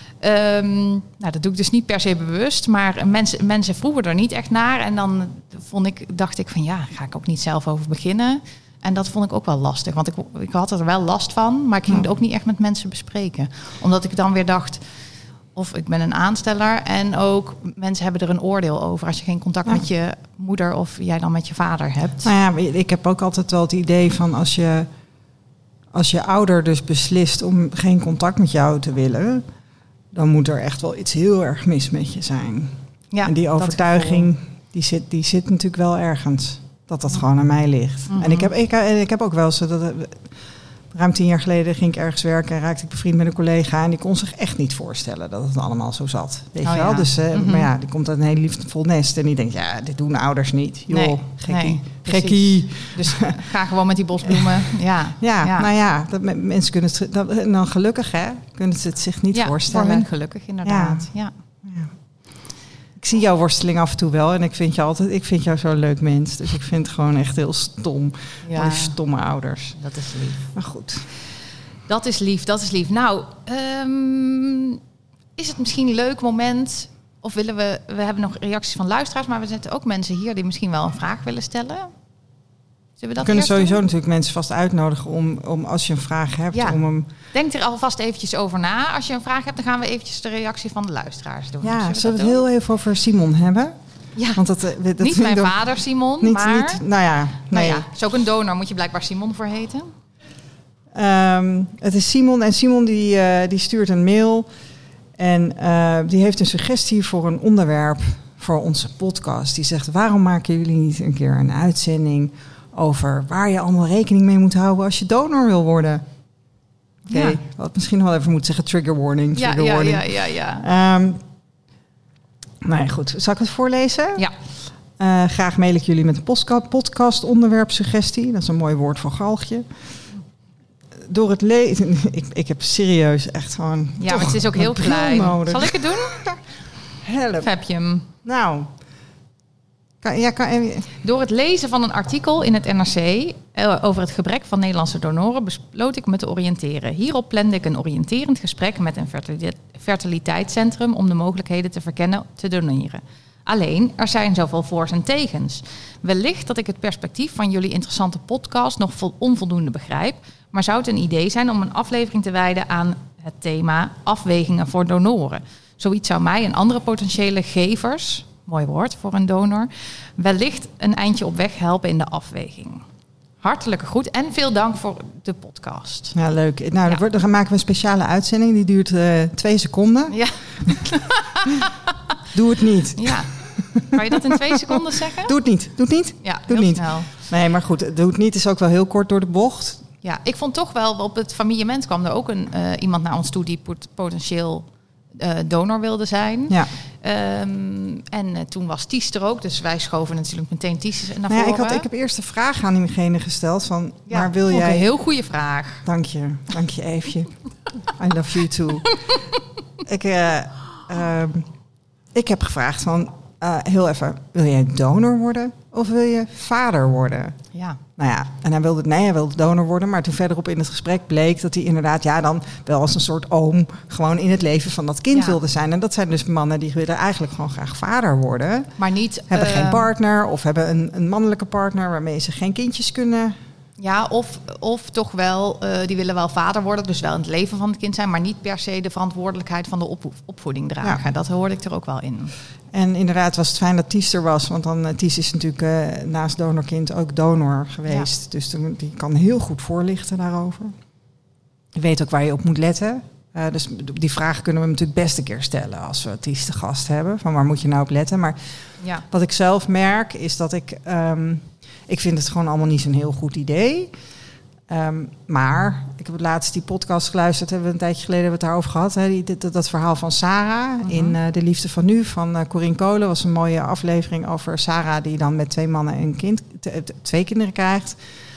Um, nou, dat doe ik dus niet per se bewust, maar mensen, mensen vroegen er niet echt naar. En dan vond ik, dacht ik van, ja, ga ik ook niet zelf over beginnen. En dat vond ik ook wel lastig, want ik, ik had er wel last van, maar ik ging het ook niet echt met mensen bespreken. Omdat ik dan weer dacht, of ik ben een aansteller en ook mensen hebben er een oordeel over als je geen contact ja. met je moeder of jij dan met je vader hebt. Nou ja, ik heb ook altijd wel het idee van als je, als je ouder dus beslist om geen contact met jou te willen, dan moet er echt wel iets heel erg mis met je zijn. Ja, en die overtuiging, die zit, die zit natuurlijk wel ergens. Dat dat gewoon aan mij ligt. Mm-hmm. En ik heb, ik, ik heb ook wel zo dat ruim tien jaar geleden ging ik ergens werken en raakte ik bevriend met een collega en die kon zich echt niet voorstellen dat het allemaal zo zat. Weet oh, je wel? Ja. Dus, uh, mm-hmm. Maar ja, die komt uit een heel liefdevol nest en die denkt, ja, dit doen ouders niet. Joh, nee, gekkie. Nee, gekkie. Dus ga gewoon met die bosbloemen. Ja, ja, ja. nou ja, dat, mensen kunnen het, dat, dan gelukkig hè, kunnen ze het zich niet ja, voorstellen. Voor hun gelukkig inderdaad. Ja. Ja. Ja. Ik zie jouw worsteling af en toe wel en ik vind, je altijd, ik vind jou zo'n leuk mens. Dus ik vind het gewoon echt heel stom. Ja. Die stomme ouders. Dat is lief. Maar goed. Dat is lief, dat is lief. Nou, um, is het misschien een leuk moment? Of willen we... We hebben nog reacties van luisteraars, maar we zetten ook mensen hier die misschien wel een vraag willen stellen. We, we kunnen sowieso doen? natuurlijk mensen vast uitnodigen om, om als je een vraag hebt, ja. om hem... Denk er alvast eventjes over na. Als je een vraag hebt, dan gaan we eventjes de reactie van de luisteraars doen. Ja, zullen we, zullen we het doen? heel even over Simon hebben? Ja, want dat, dat niet mijn dan... vader Simon, niet, maar... Niet, nou ja, nee. Nou ja, is ook een donor, moet je blijkbaar Simon voor heten. Um, het is Simon en Simon die, uh, die stuurt een mail en uh, die heeft een suggestie voor een onderwerp voor onze podcast. Die zegt, waarom maken jullie niet een keer een uitzending over waar je allemaal rekening mee moet houden als je donor wil worden? Oké, okay, ja. Wat misschien wel even moet zeggen, trigger warning. Trigger ja, warning. ja, ja, ja, ja. Um, nou ja, goed. Zal ik het voorlezen? Ja. Uh, graag mail ik jullie met een podcast onderwerp suggestie. Dat is een mooi woord voor galgje. Door het lezen... ik, ik heb serieus echt gewoon... Ja, maar het is ook heel klein. Nodig. Zal ik het doen? Help. Of heb je hem? Nou... Kan, ja, kan, Door het lezen van een artikel in het N R C uh, over het gebrek van Nederlandse donoren besloot ik me te oriënteren. Hierop plande ik een oriënterend gesprek met een fertiliteitscentrum om de mogelijkheden te verkennen te doneren. Alleen, er zijn zoveel voor's en tegens. Wellicht dat ik het perspectief van jullie interessante podcast nog vol onvoldoende begrijp, maar zou het een idee zijn om een aflevering te wijden aan het thema afwegingen voor donoren. Zoiets zou mij en andere potentiële gevers, mooi woord voor een donor, wellicht een eindje op weg helpen in de afweging. Hartelijke groet en veel dank voor de podcast. Ja, leuk. Nou, Ja. dan, dan maken we een speciale uitzending. Die duurt uh, twee seconden. Ja. Doe het niet. Ja. Kan je dat in twee seconden zeggen? Doe het niet. Doe het niet. Ja, Doe heel het niet. snel. Nee, maar goed, doe het niet is ook wel heel kort door de bocht. Ja, ik vond toch wel, op het familiement kwam er ook een, uh, iemand naar ons toe die pot- potentieel uh, donor wilde zijn. Ja. Um, en uh, toen was Ties er ook, dus wij schoven natuurlijk meteen Ties naar Nou ja, voren. ik, had, ik heb eerst de vraag aan diegene gesteld van, Ja, maar wil vond ik jij... een heel goede vraag. Dank je, dank je Eefje. I love you too. ik, uh, uh, ik heb gevraagd van, uh, heel even, wil jij donor worden of wil je vader worden? Ja. Nou ja, en hij wilde, nee, hij wilde donor worden. Maar toen verderop in het gesprek bleek dat hij inderdaad, ja, dan wel als een soort oom gewoon in het leven van dat kind Ja. wilde zijn. En dat zijn dus mannen die willen eigenlijk gewoon graag vader worden. Maar niet... Hebben uh, geen partner of hebben een, een mannelijke partner waarmee ze geen kindjes kunnen. Ja, of, of toch wel, uh, die willen wel vader worden, dus wel in het leven van het kind zijn, maar niet per se de verantwoordelijkheid van de op- opvoeding dragen. Ja. Dat hoorde ik er ook wel in. En inderdaad was het fijn dat Ties er was. Want dan, uh, Ties is natuurlijk uh, naast donorkind ook donor geweest. Ja. Dus toen, die kan heel goed voorlichten daarover. Je weet ook waar je op moet letten. Uh, dus die vraag kunnen we natuurlijk best een keer stellen als we Ties te gast hebben. Van waar moet je nou op letten? Maar ja. wat ik zelf merk is dat ik... Um, ik vind het gewoon allemaal niet zo'n heel goed idee. Um, maar ik heb het laatst die podcast geluisterd. Hebben we een tijdje geleden het daarover gehad. Hè? Die, dat, dat verhaal van Sarah uh-huh. in uh, De Liefde van Nu van uh, Corine Kolen. Was een mooie aflevering over Sarah die dan met twee mannen een kind, t- t- twee kinderen krijgt.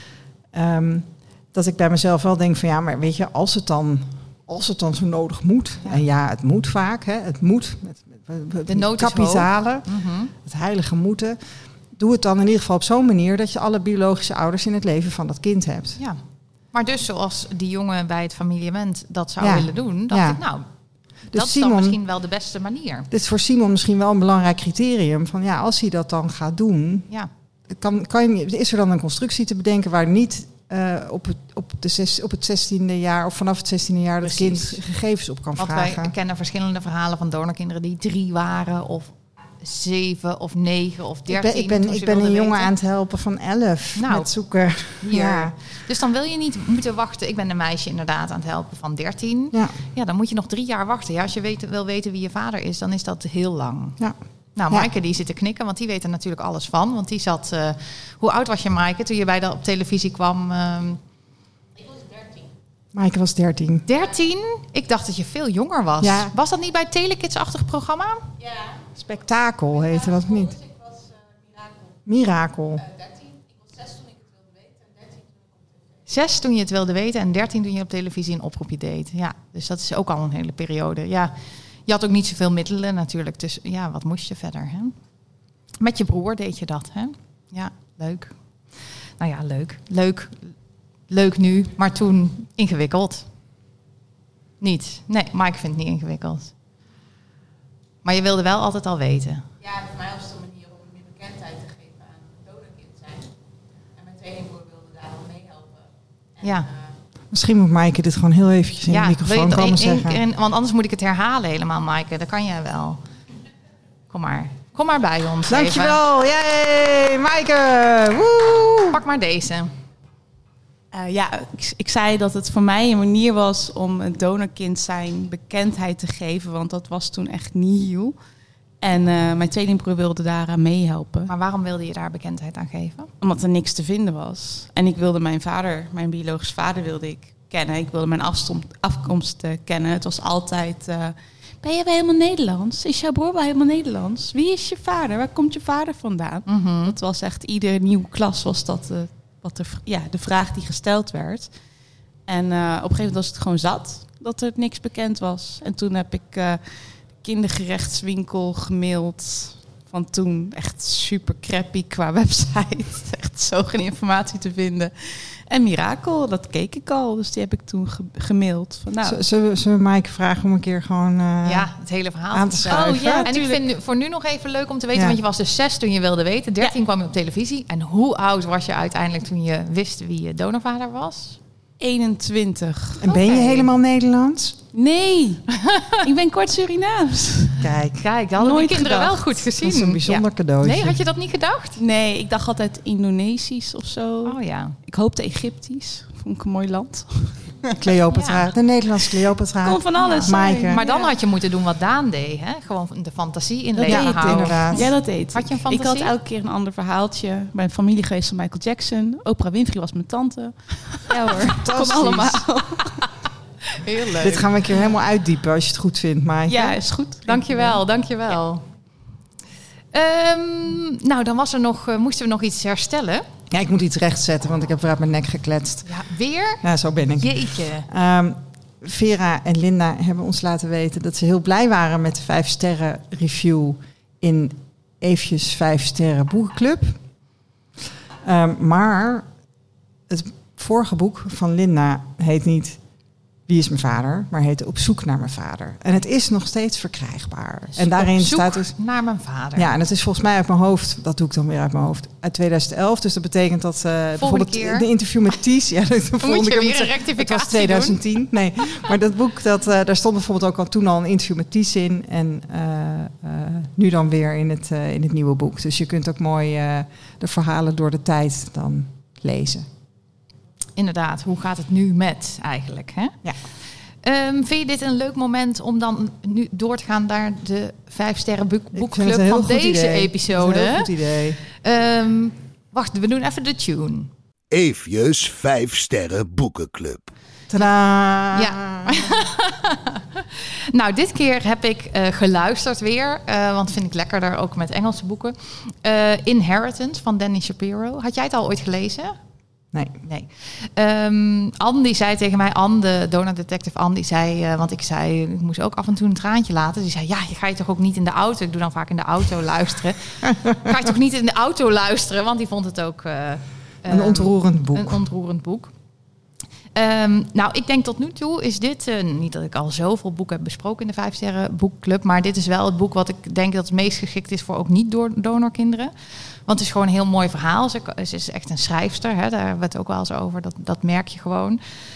Um, dat ik bij mezelf wel denk van ja, maar weet je, als het dan, als het dan zo nodig moet. Ja. En ja, het moet vaak. Hè? Het moet. Met, met, met De nood is kapitalen. Uh-huh. Het heilige moeten. Doe het dan in ieder geval op zo'n manier dat je alle biologische ouders in het leven van dat kind hebt. Ja, maar dus zoals die jongen bij het familiement dat zou ja. willen doen, dacht ja. ik nou, dus dat is Simon, dan misschien wel de beste manier. Dit is voor Simon misschien wel een belangrijk criterium van ja, als hij dat dan gaat doen, ja. kan, kan je, is er dan een constructie te bedenken waar niet uh, op, het, op, de zes, op het zestiende jaar of vanaf het zestiende jaar dat kind gegevens op kan Want vragen. Want wij kennen verschillende verhalen van donorkinderen die drie waren of zeven of negen of dertien. Ik ben, ik ben, ik ben een jongen aan het helpen van elf nou, met zoeken. Ja. Dus dan wil je niet moeten wachten. Ik ben een meisje inderdaad aan het helpen van dertien. Ja, ja dan moet je nog drie jaar wachten. Ja, als je weet, wil weten wie je vader is, dan is dat heel lang. Ja. Nou, Maaike die zit te knikken, want die weet er natuurlijk alles van. Want die zat... Uh, hoe oud was je, Maaike, toen je bij de op televisie kwam? Uh, ik was dertien. Maaike was dertien. dertien? Ik dacht dat je veel jonger was. Ja. Was dat niet bij het Telekids-achtig programma? Ja. Spektakel heette dat niet? Ik was uh, Mirakel. Mirakel. Uh, dertien. Ik was zes toen ik het wilde weten en dertien toen ik op tv. Zes toen je het wilde weten en dertien toen je op televisie een oproepje deed. Ja, dus dat is ook al een hele periode. Ja, je had ook niet zoveel middelen natuurlijk. Dus ja, wat moest je verder? Hè? Met je broer deed je dat, hè? Ja, leuk. Nou ja, leuk. Leuk, leuk nu, maar toen ingewikkeld. Niet. Nee, Mike vindt het niet ingewikkeld. Maar je wilde wel altijd al weten. Ja, voor mij was het een manier om meer bekendheid te geven aan het donorkind zijn. En mijn tweelingbroer wilde daar al meehelpen. En, Ja. Uh, Misschien moet Maaike dit gewoon heel eventjes in Ja, de microfoon wil je komen het één- zeggen. één- want anders moet ik het herhalen helemaal, Maaike. Dat kan jij wel. Kom maar. Kom maar bij ons. Dankjewel. Yay, Maaike. Woe. Even. Pak maar deze. Uh, ja, ik, ik zei dat het voor mij een manier was om het donorkind zijn bekendheid te geven. Want dat was toen echt nieuw. En uh, mijn tweelingbroer wilde daaraan meehelpen. Maar waarom wilde je daar bekendheid aan geven? Omdat er niks te vinden was. En ik wilde mijn vader, mijn biologische vader wilde ik kennen. Ik wilde mijn afstom, afkomst uh, kennen. Het was altijd... Uh, ben je wel helemaal Nederlands? Is jouw broer wel helemaal Nederlands? Wie is je vader? Waar komt je vader vandaan? Mm-hmm. Dat was echt, iedere nieuwe klas was dat uh, wat de, ja, de vraag die gesteld werd. En uh, op een gegeven moment was het gewoon zat dat er niks bekend was. En toen heb ik uh, de kindergerechtswinkel gemaild van toen. Echt super crappy qua website. Echt zo geen informatie te vinden. En Mirakel, dat keek ik al. Dus die heb ik toen ge- gemaild. Van, nou, Z- Zullen we, zullen we Maaike vragen om een keer gewoon uh, Ja, het hele verhaal aan te vertellen. schrijven? Oh, ja. En ik vind nu, voor nu nog even leuk om te weten, Ja. want je was dus zes toen je wilde weten. dertien Ja. kwam je op televisie. En hoe oud was je uiteindelijk toen je wist wie je donorvader was? eenentwintig. En ben je Oké. helemaal Nederlands? Nee, ik ben kort Surinaams. Kijk, Kijk, dat hadden Nooit die kinderen gedacht. wel goed gezien. dat is een bijzonder Ja. cadeautje. Nee, had je dat niet gedacht? Nee, ik dacht altijd Indonesisch of zo. Oh ja. Ik hoopte Egyptisch. Vond ik een mooi land. Cleopatra, Ja. de Nederlandse Cleopatra. Kon van alles Maaike. zijn. Maar dan Ja. had je moeten doen wat Daan deed. Hè? Gewoon de fantasie in Dat leven deed ik houden. inderdaad. Ja, dat deed Had je een ik. Ik had fantasie? elke keer een ander verhaaltje. Ik ben familie geweest van Michael Jackson. Oprah Winfrey was mijn tante. Ja hoor, het kon Fantastisch. allemaal. Heel leuk. Dit gaan we een keer helemaal uitdiepen als je het goed vindt, Maaike. Ja, is goed. Dankjewel, dankjewel. Ehm, nou, dan was er nog, uh, moesten we nog iets herstellen. Ja, ik moet iets rechtzetten, want ik heb weer uit mijn nek gekletst. Ja, weer? Ja, zo ben ik. Jeetje. Um, Vera en Linda hebben ons laten weten dat ze heel blij waren met de vijf sterren review in Eefjes vijf sterren boekenclub. Um, maar het vorige boek van Linda heet niet Wie is mijn vader, maar heet Op zoek naar mijn vader. En het is nog steeds verkrijgbaar. Dus en daarin op zoek staat dus naar mijn vader. ja, en dat is volgens mij uit mijn hoofd, dat doe ik dan weer uit mijn hoofd, uit tweeduizend elf. Dus dat betekent dat uh, bijvoorbeeld keer. de interview met Ties, ja, de volgende je keer weer moet een ze- rectificatie Het was tweeduizend tien. Nee, maar dat boek, dat, uh, daar stond bijvoorbeeld ook al toen al een interview met Ties in. En uh, uh, nu dan weer in het, uh, in het nieuwe boek. Dus je kunt ook mooi uh, de verhalen door de tijd dan lezen. Inderdaad, hoe gaat het nu met eigenlijk? Hè? Ja. Um, vind je dit een leuk moment om dan nu door te gaan naar de vijf sterren boek, Ik vind boekclub het een heel van goed deze idee. episode? Dat is een heel goed idee. Um, wacht, we doen even de tune. Eefjes vijf sterren boekenclub. Tadaa! Ja. Nou, dit keer heb ik uh, geluisterd weer, uh, want vind ik lekkerder ook met Engelse boeken. Uh, Inheritance van Danny Shapiro. Had jij het al ooit gelezen? Nee. Nee. Um, Anne die zei tegen mij, Anne, de donor detective Anne, die zei, uh, want ik zei, ik moest ook af en toe een traantje laten. Die zei, ja, je ga je toch ook niet in de auto, ik doe dan vaak in de auto luisteren. Ga je toch niet in de auto luisteren, want die vond het ook uh, Een um, ontroerend boek. Een ontroerend boek. Um, nou, ik denk tot nu toe is dit, uh, niet dat ik al zoveel boeken heb besproken in de Vijf Sterren Boekclub, maar dit is wel het boek wat ik denk dat het meest geschikt is voor ook niet-donorkinderen. Want het is gewoon een heel mooi verhaal. Ze, ze is echt een schrijfster, hè? Daar hebben we het ook wel eens over, dat, dat merk je gewoon.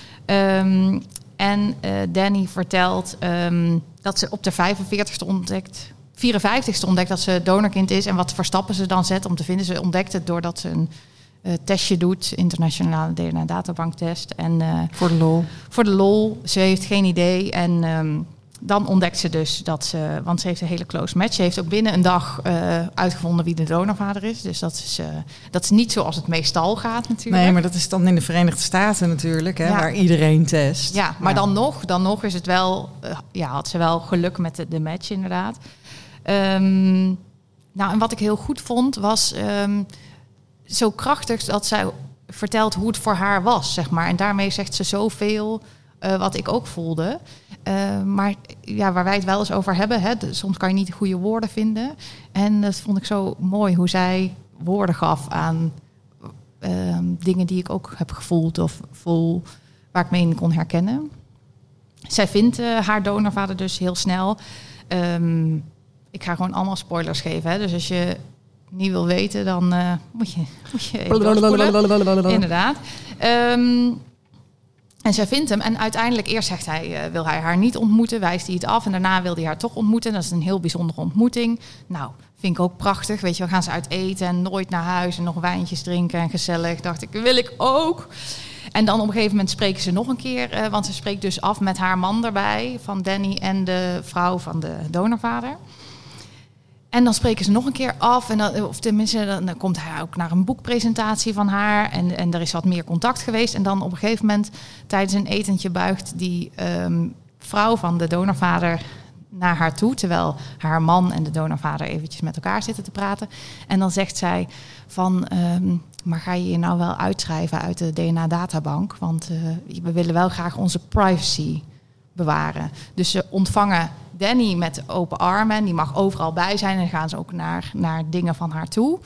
Um, en uh, Danny vertelt um, dat ze op de vijfenveertigste ontdekt, vierenvijftigste ontdekt dat ze donorkind is. En wat voor stappen ze dan zet om te vinden. Ze ontdekt het doordat ze een uh, testje doet, internationale D N A-databanktest. En uh, Voor de lol. voor de lol, ze heeft geen idee. En um, dan ontdekt ze dus dat ze, want ze heeft een hele close match. Ze heeft ook binnen een dag uh, uitgevonden wie de donorvader is. Dus dat is, uh, dat is niet zoals het meestal gaat natuurlijk. Nee, maar dat is dan in de Verenigde Staten natuurlijk, hè, Ja. waar iedereen test. Ja, maar Dan, nog, dan nog is het wel, uh, ja, had ze wel geluk met de, de match inderdaad. Um, nou, en wat ik heel goed vond was um, zo krachtig dat zij vertelt hoe het voor haar was, zeg maar. En daarmee zegt ze zoveel uh, wat ik ook voelde. Uh, maar ja, waar wij het wel eens over hebben, hè, de, soms kan je niet de goede woorden vinden. En dat vond ik zo mooi hoe zij woorden gaf aan uh, dingen die ik ook heb gevoeld of voel, waar ik me in kon herkennen. Zij vindt uh, haar donorvader dus heel snel. Um, ik ga gewoon allemaal spoilers geven. Hè. Dus als je niet wil weten, dan uh, moet je, moet je even doorspoelen. Inderdaad. Um, en zij vindt hem. En uiteindelijk, eerst zegt hij, uh, wil hij haar niet ontmoeten. Wijst hij het af. En daarna wil hij haar toch ontmoeten. Dat is een heel bijzondere ontmoeting. Nou, vind ik ook prachtig. Weet je, we gaan ze uit eten en nooit naar huis. En nog wijntjes drinken en gezellig. Dacht ik, wil ik ook. En dan op een gegeven moment spreken ze nog een keer. Uh, want ze spreekt dus af met haar man erbij. Van Danny en de vrouw van de donorvader. En dan spreken ze nog een keer af. En dan, of tenminste, dan, dan komt hij ook naar een boekpresentatie van haar. En, en er is wat meer contact geweest. En dan op een gegeven moment tijdens een etentje buigt die um, vrouw van de donorvader naar haar toe. Terwijl haar man en de donorvader eventjes met elkaar zitten te praten. En dan zegt zij van, um, maar ga je je nou wel uitschrijven uit de D N A-databank? Want uh, we willen wel graag onze privacy bewaren. Dus ze ontvangen Danny met open armen. Die mag overal bij zijn. En dan gaan ze ook naar, naar dingen van haar toe.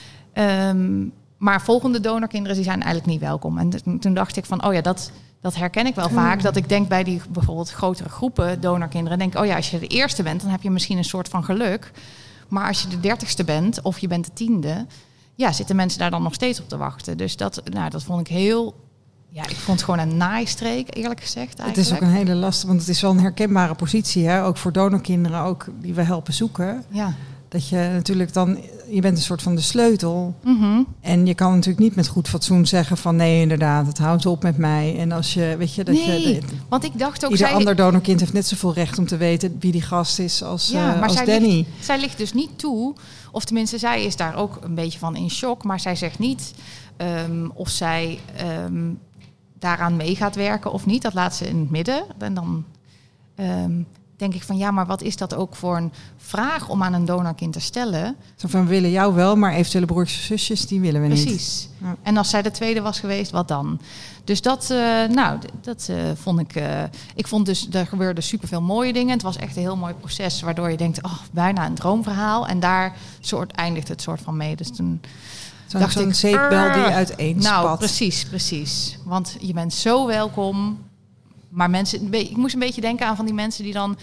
Um, maar volgende donorkinderen die zijn eigenlijk niet welkom. En t- toen dacht ik van, oh ja, dat, dat herken ik wel Mm. vaak. Dat ik denk bij die bijvoorbeeld grotere groepen donorkinderen. Denk, oh ja, als je de eerste bent, dan heb je misschien een soort van geluk. Maar als je de dertigste bent of je bent de tiende, ja, zitten mensen daar dan nog steeds op te wachten. Dus dat, nou, dat vond ik heel... Ja, ik vond het gewoon een naaistreek, eerlijk gezegd. Eigenlijk. Het is ook een hele lastige, want het is wel een herkenbare positie, hè? Ook voor donorkinderen, ook die we helpen zoeken. Ja. Dat je natuurlijk dan, je bent een soort van de sleutel. Mm-hmm. En je kan natuurlijk niet met goed fatsoen zeggen van nee, inderdaad, het houdt op met mij. En als je, weet je, dat Nee, je... De, want ik dacht ook... ieder zij, ander donorkind heeft net zoveel recht om te weten wie die gast is als, ja, uh, maar als zij Danny. Ligt, zij ligt dus niet toe, of tenminste, zij is daar ook een beetje van in shock. Maar zij zegt niet um, of zij um, daaraan mee gaat werken of niet. Dat laat ze in het midden. En dan... Um, denk ik van ja, maar wat is dat ook voor een vraag om aan een donorkind te stellen? Zo van, we willen jou wel, maar eventuele broertjes en zusjes, die willen we niet. Precies. Ja. En als zij de tweede was geweest, wat dan? Dus dat, uh, nou, d- dat uh, vond ik... Uh, ik vond dus, er gebeurden superveel mooie dingen. Het was echt een heel mooi proces, waardoor je denkt, oh, bijna een droomverhaal. En daar soort eindigt het soort van mee. Dus toen Zo'n, dacht zo'n ik... zeepbel die "Arr." uiteenspat. Nou, precies, precies. Want je bent zo welkom. Maar mensen, een beetje- ik moest een beetje denken aan van die mensen die dan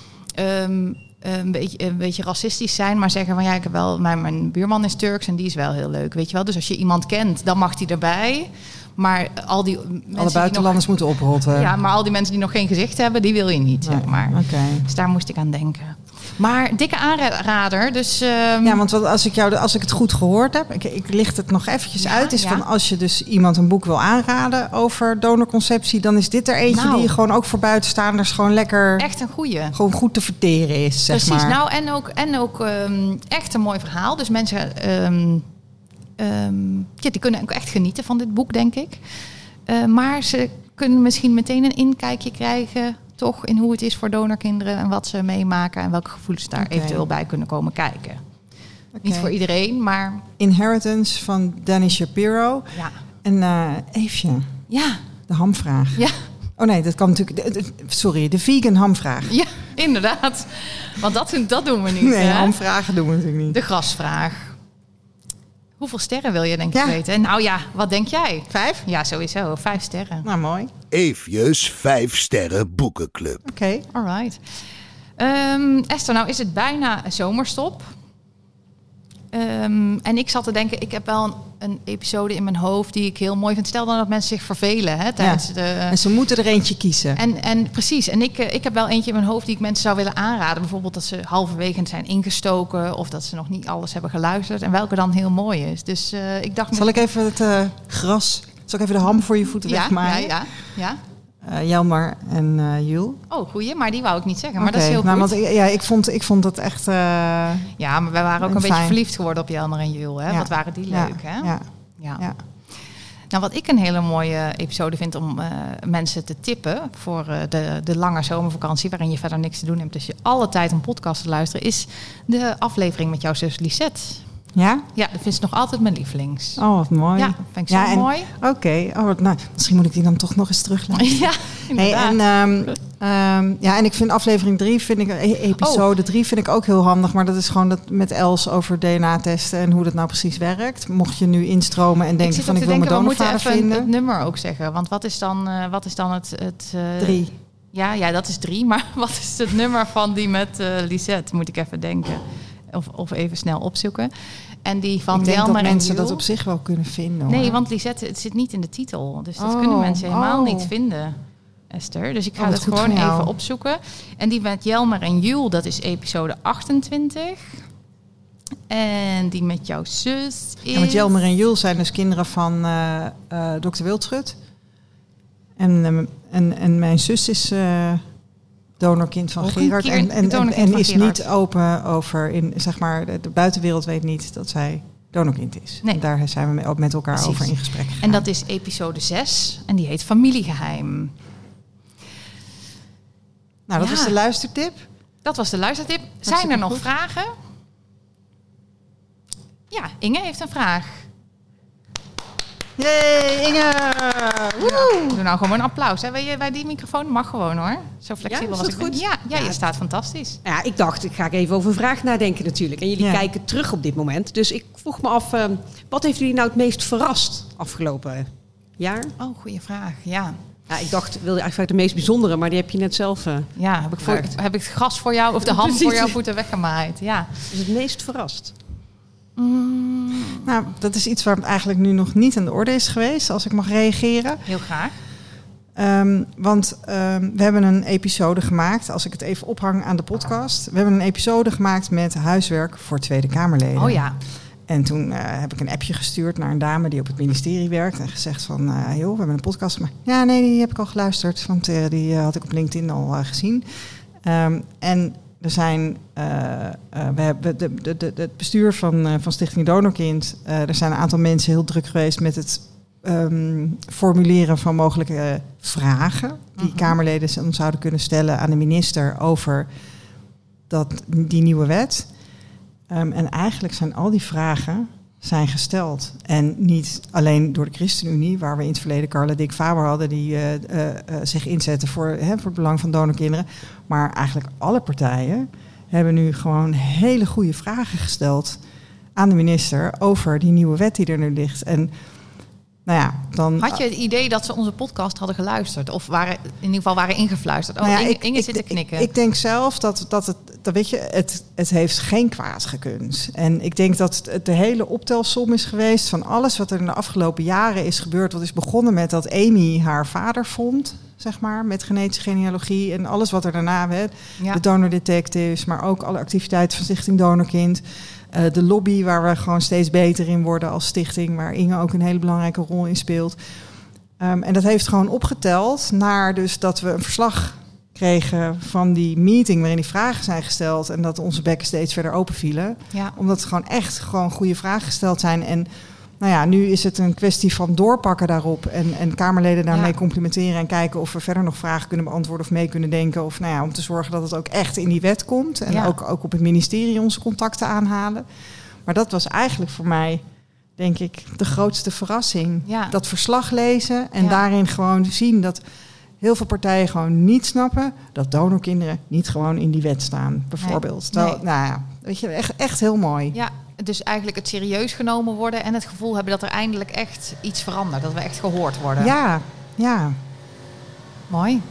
um, een, beetje, een beetje racistisch zijn, maar zeggen van ja, ik heb wel, mijn, mijn buurman is Turks en die is wel heel leuk, weet je wel. Dus als je iemand kent, dan mag die erbij. Maar al die mensen Alle buitenlanders die moeten oprotten. nog, ja, maar al die mensen die nog geen gezicht hebben, die wil je niet, zeg Nee, maar. Oké. Dus daar moest ik aan denken. Maar dikke aanrader, dus... Um, Ja, want wat- als ik, jou, als ik het goed gehoord heb, ik, ik licht het nog eventjes Ja, uit, is ja. van als je dus iemand een boek wil aanraden over donorconceptie, dan is dit er eentje Nou. die gewoon ook voor buitenstaanders gewoon lekker, echt een goeie. gewoon goed te verteren is, zeg Precies, maar. nou en ook, en ook um, echt een mooi verhaal. Dus mensen um, um, ja, die kunnen ook echt genieten van dit boek, denk ik. Uh, maar ze kunnen misschien meteen een inkijkje krijgen, toch, in hoe het is voor donorkinderen en wat ze meemaken en welke gevoelens daar Oké. eventueel bij kunnen komen kijken. Oké. Niet voor iedereen, maar Inheritance van Danny Shapiro. ja. En uh, Eefje, Ja, de hamvraag. ja, Oh nee, dat kan natuurlijk... de- de- sorry, de vegan hamvraag. ja, inderdaad. Want dat, dat doen we niet, Nee, hè? hamvragen doen we natuurlijk niet. De grasvraag. Hoeveel sterren wil je denk ik Ja. weten? Nou ja, wat denk jij? Vijf? Ja, sowieso. Vijf sterren. Nou, mooi. Eefjes vijf sterren boekenclub. Oké. Alright. Um, Esther, nou is het bijna zomerstop. Um, en ik zat te denken, ik heb wel een, een episode in mijn hoofd die ik heel mooi vind. Stel dan dat mensen zich vervelen hè, tijdens Ja. de... En ze moeten er eentje kiezen. En, en precies, en ik, eh, ik heb wel eentje in mijn hoofd die ik mensen zou willen aanraden. Bijvoorbeeld dat ze halverwege zijn ingestoken of dat ze nog niet alles hebben geluisterd. En welke dan heel mooi is. Dus uh, ik dacht... Zal ik even het uh, gras... Zal ik even de ham voor je voeten ja, wegmaaien? ja, ja, ja. Uh, Jelmer en uh, Jul. Oh, goeie, maar die wou ik niet zeggen. Maar Oké, dat is heel nou, goed. Want, ja, ik vond, ik vond dat echt... Uh, Ja, maar wij waren ook een Fijn. beetje verliefd geworden op Jelmer en Jul. Hè? Ja. Wat waren die ja, leuk, hè? Ja, Ja. ja. Nou, wat ik een hele mooie episode vind om uh, mensen te tippen voor uh, de, de lange zomervakantie, waarin je verder niks te doen hebt, dus je alle tijd een podcast te luisteren, is de aflevering met jouw zus Lisette. Ja? Ja, dat vind ik nog altijd mijn lievelings. Oh, wat mooi. Ja, vind ik zo Ja, en- mooi. Oké, oh, wat- nou, misschien moet ik die dan toch nog eens terugluisteren. Ja, Hey, inderdaad. en, um, um, ja, en ik vind aflevering drie, vind ik, e- episode drie vind ik ook heel handig. Maar dat is gewoon dat met Els over D N A-testen en hoe dat nou precies werkt. Mocht je nu instromen en denken zit van ook ik te wil mijn denken, we moeten donorvader even vinden. het nummer ook zeggen. Want wat is dan, uh, wat is dan het... het uh, Drie. Ja, ja, dat is drie. Maar wat is het nummer van die met uh, Lisette? Moet ik even denken. Of, of even snel opzoeken. En die van ik denk Jelmer dat en mensen Jul. dat op zich wel kunnen vinden. Hoor. Nee, want Lisette, het zit niet in de titel. Dus dat Oh, kunnen mensen helemaal oh. niet vinden, Esther. Dus ik ga Oh, wat dat goed gewoon van jou. even opzoeken. En die met Jelmer en Jul, dat is episode achtentwintig. En die met jouw zus is... Ja, want Jelmer en Jul zijn dus kinderen van uh, uh, dokter Wildschut. En, um, en, en mijn zus is uh, donorkind van Ook een Gerard. keer En, en, en, donorkind en van is Gerard. niet open over, in, zeg maar, de, de buitenwereld weet niet dat zij donorkind is. Nee. En daar zijn we mee- ook met elkaar Precies. over in gesprek gegaan. En dat is episode zes. En die heet Familiegeheim. nou, dat Ja. was de luistertip. Dat was de luistertip. Zijn Hartstikke er nog goed. vragen? Ja, Inge heeft een vraag. Yay, Inge! Woe! Doe nou gewoon een applaus. Hè. Weet je, bij die microfoon mag gewoon hoor. Zo flexibel Ja, is als dat ik ben. goed? Ja, ja, Ja. je staat fantastisch. Ja, ik dacht, ik ga even over een vraag nadenken natuurlijk. En jullie Ja. kijken terug op dit moment. Dus ik vroeg me af, uh, wat heeft jullie nou het meest verrast afgelopen jaar? Oh, goede vraag. Ja, Ja, ik dacht, wilde eigenlijk vanuit de meest bijzondere, maar die heb je net zelf. Uh, ja heb, ik voor, Geraakt. heb ik het gras voor jou of de ham Precies. voor jouw voeten weggemaaid? Ja. dus het meest verrast. Mm, Nou, dat is iets waar het eigenlijk nu nog niet aan de orde is geweest, als ik mag reageren. heel graag. Um, want um, we hebben een episode gemaakt, als ik het even ophang aan de podcast. We hebben een episode gemaakt met huiswerk voor Tweede Kamerleden. Oh ja. En toen uh, heb ik een appje gestuurd naar een dame die op het ministerie werkt. En gezegd van, uh, joh, we hebben een podcast gemaakt. Ja, nee, die heb ik al geluisterd, want uh, die uh, had ik op LinkedIn al uh, gezien. Um, en er zijn, uh, uh, we hebben de, de, de, het bestuur van, uh, van Stichting Donorkind. Uh, er zijn een aantal mensen heel druk geweest met het um, formuleren van mogelijke vragen die Mhm. Kamerleden ons zouden kunnen stellen aan de minister over dat, die nieuwe wet. Um, en eigenlijk zijn al die vragen zijn gesteld. En niet alleen door de ChristenUnie, waar we in het verleden Carla Dick Faber hadden, die uh, uh, uh, zich inzetten voor, hè, voor het belang van donorkinderen. Maar eigenlijk alle partijen hebben nu gewoon hele goede vragen gesteld aan de minister over die nieuwe wet die er nu ligt. En nou ja, dan Had je het idee dat ze onze podcast hadden geluisterd? Of waren, in ieder geval waren ingefluisterd? Oh, Nou ja, Inge, ik- Inge ik- zit te knikken. Ik, ik denk zelf dat, dat het, dat weet je, het, het heeft geen kwaad gekund. En ik denk dat het de hele optelsom is geweest van alles wat er in de afgelopen jaren is gebeurd. Wat is begonnen met dat Amy haar vader vond, zeg maar, met genetische genealogie. En alles wat er daarna werd. ja. De donor detectives, maar ook alle activiteiten van Stichting Donorkind. Uh, de lobby, waar we gewoon steeds beter in worden als stichting, waar Inge ook een hele belangrijke rol in speelt. Um, en dat heeft gewoon opgeteld naar dus dat we een verslag kregen van die meeting waarin die vragen zijn gesteld en dat onze bekken steeds verder openvielen. ja. Omdat het gewoon echt gewoon goede vragen gesteld zijn. En nou ja, nu is het een kwestie van doorpakken daarop en, en Kamerleden daarmee Ja. complimenteren en kijken of we verder nog vragen kunnen beantwoorden of mee kunnen denken. Of nou ja, om te zorgen dat het ook echt in die wet komt. En Ja. ook, ook op het ministerie onze contacten aanhalen. Maar dat was eigenlijk voor mij, denk ik, de grootste verrassing. Ja. Dat verslag lezen en Ja. daarin gewoon zien dat heel veel partijen gewoon niet snappen dat donorkinderen niet gewoon in die wet staan, bijvoorbeeld. Nee. Terwijl, Nee. nou ja, weet je, echt, echt heel mooi. Ja, dus eigenlijk het serieus genomen worden en het gevoel hebben dat er eindelijk echt iets verandert. Dat we echt gehoord worden. Ja, ja. Mooi.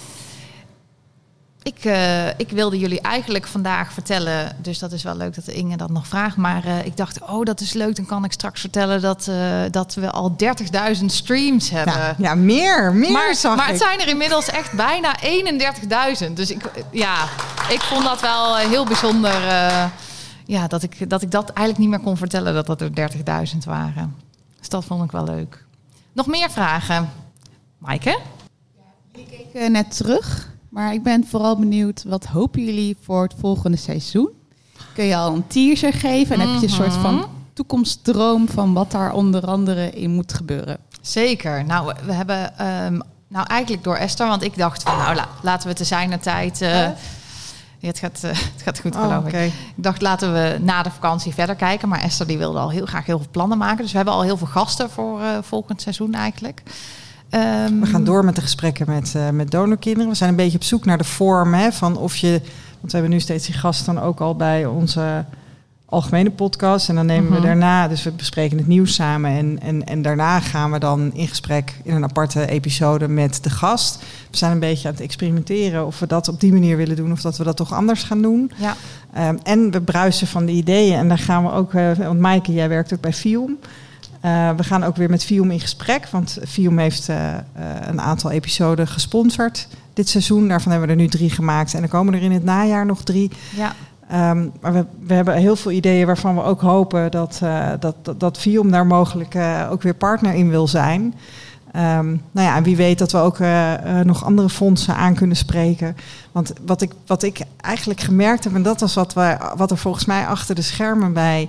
Ik, uh, ik wilde jullie eigenlijk vandaag vertellen, dus dat is wel leuk dat Inge dat nog vraagt. Maar uh, ik dacht, oh dat is leuk, dan kan ik straks vertellen dat, uh, dat we al dertigduizend streams hebben. Ja, ja meer, meer maar, zag maar ik. het zijn er inmiddels echt bijna eenendertigduizend. Dus ik, ja, ik vond dat wel heel bijzonder. Uh, ja, dat ik, dat ik dat eigenlijk niet meer kon vertellen dat dat er dertigduizend waren. Dus dat vond ik wel leuk. Nog meer vragen? Maaike? Ik keek uh, net terug, maar ik ben vooral benieuwd, wat hopen jullie voor het volgende seizoen? Kun je al een teaser geven en mm-hmm. heb je een soort van toekomstdroom van wat daar onder andere in moet gebeuren? Zeker. Nou, we hebben um, nou eigenlijk door Esther, want ik dacht van nou la, laten we te zijner tijd. Uh, uh? Ja, het, gaat, uh, het gaat goed, geloof oh, okay. ik. Ik dacht, laten we na de vakantie verder kijken. Maar Esther die wilde al heel graag heel veel plannen maken. Dus we hebben al heel veel gasten voor uh, volgend seizoen eigenlijk. Um, we gaan door met de gesprekken met, uh, met donorkinderen. We zijn een beetje op zoek naar de vorm hè, van of je... Want we hebben nu steeds die gasten dan ook al bij onze algemene podcast. En dan nemen mm-hmm. we daarna... Dus we bespreken het nieuws samen. En, en, en daarna gaan we dan in gesprek in een aparte episode met de gast. We zijn een beetje aan het experimenteren of we dat op die manier willen doen. Of dat we dat toch anders gaan doen. Ja. Um, en we bruisen van de ideeën. En daar gaan we ook... Uh, want Maaike, jij werkt ook bij Fium. Uh, we gaan ook weer met Fium in gesprek. Want Fium heeft uh, uh, een aantal episoden gesponsord dit seizoen. Daarvan hebben we er nu drie gemaakt. En er komen er in het najaar nog drie. Ja. Um, maar we, we hebben heel veel ideeën waarvan we ook hopen dat, uh, dat, dat, dat Fium daar mogelijk uh, ook weer partner in wil zijn. Um, nou ja, en wie weet dat we ook uh, uh, nog andere fondsen aan kunnen spreken. Want wat ik, wat ik eigenlijk gemerkt heb, en dat was wat, we, wat er volgens mij achter de schermen bij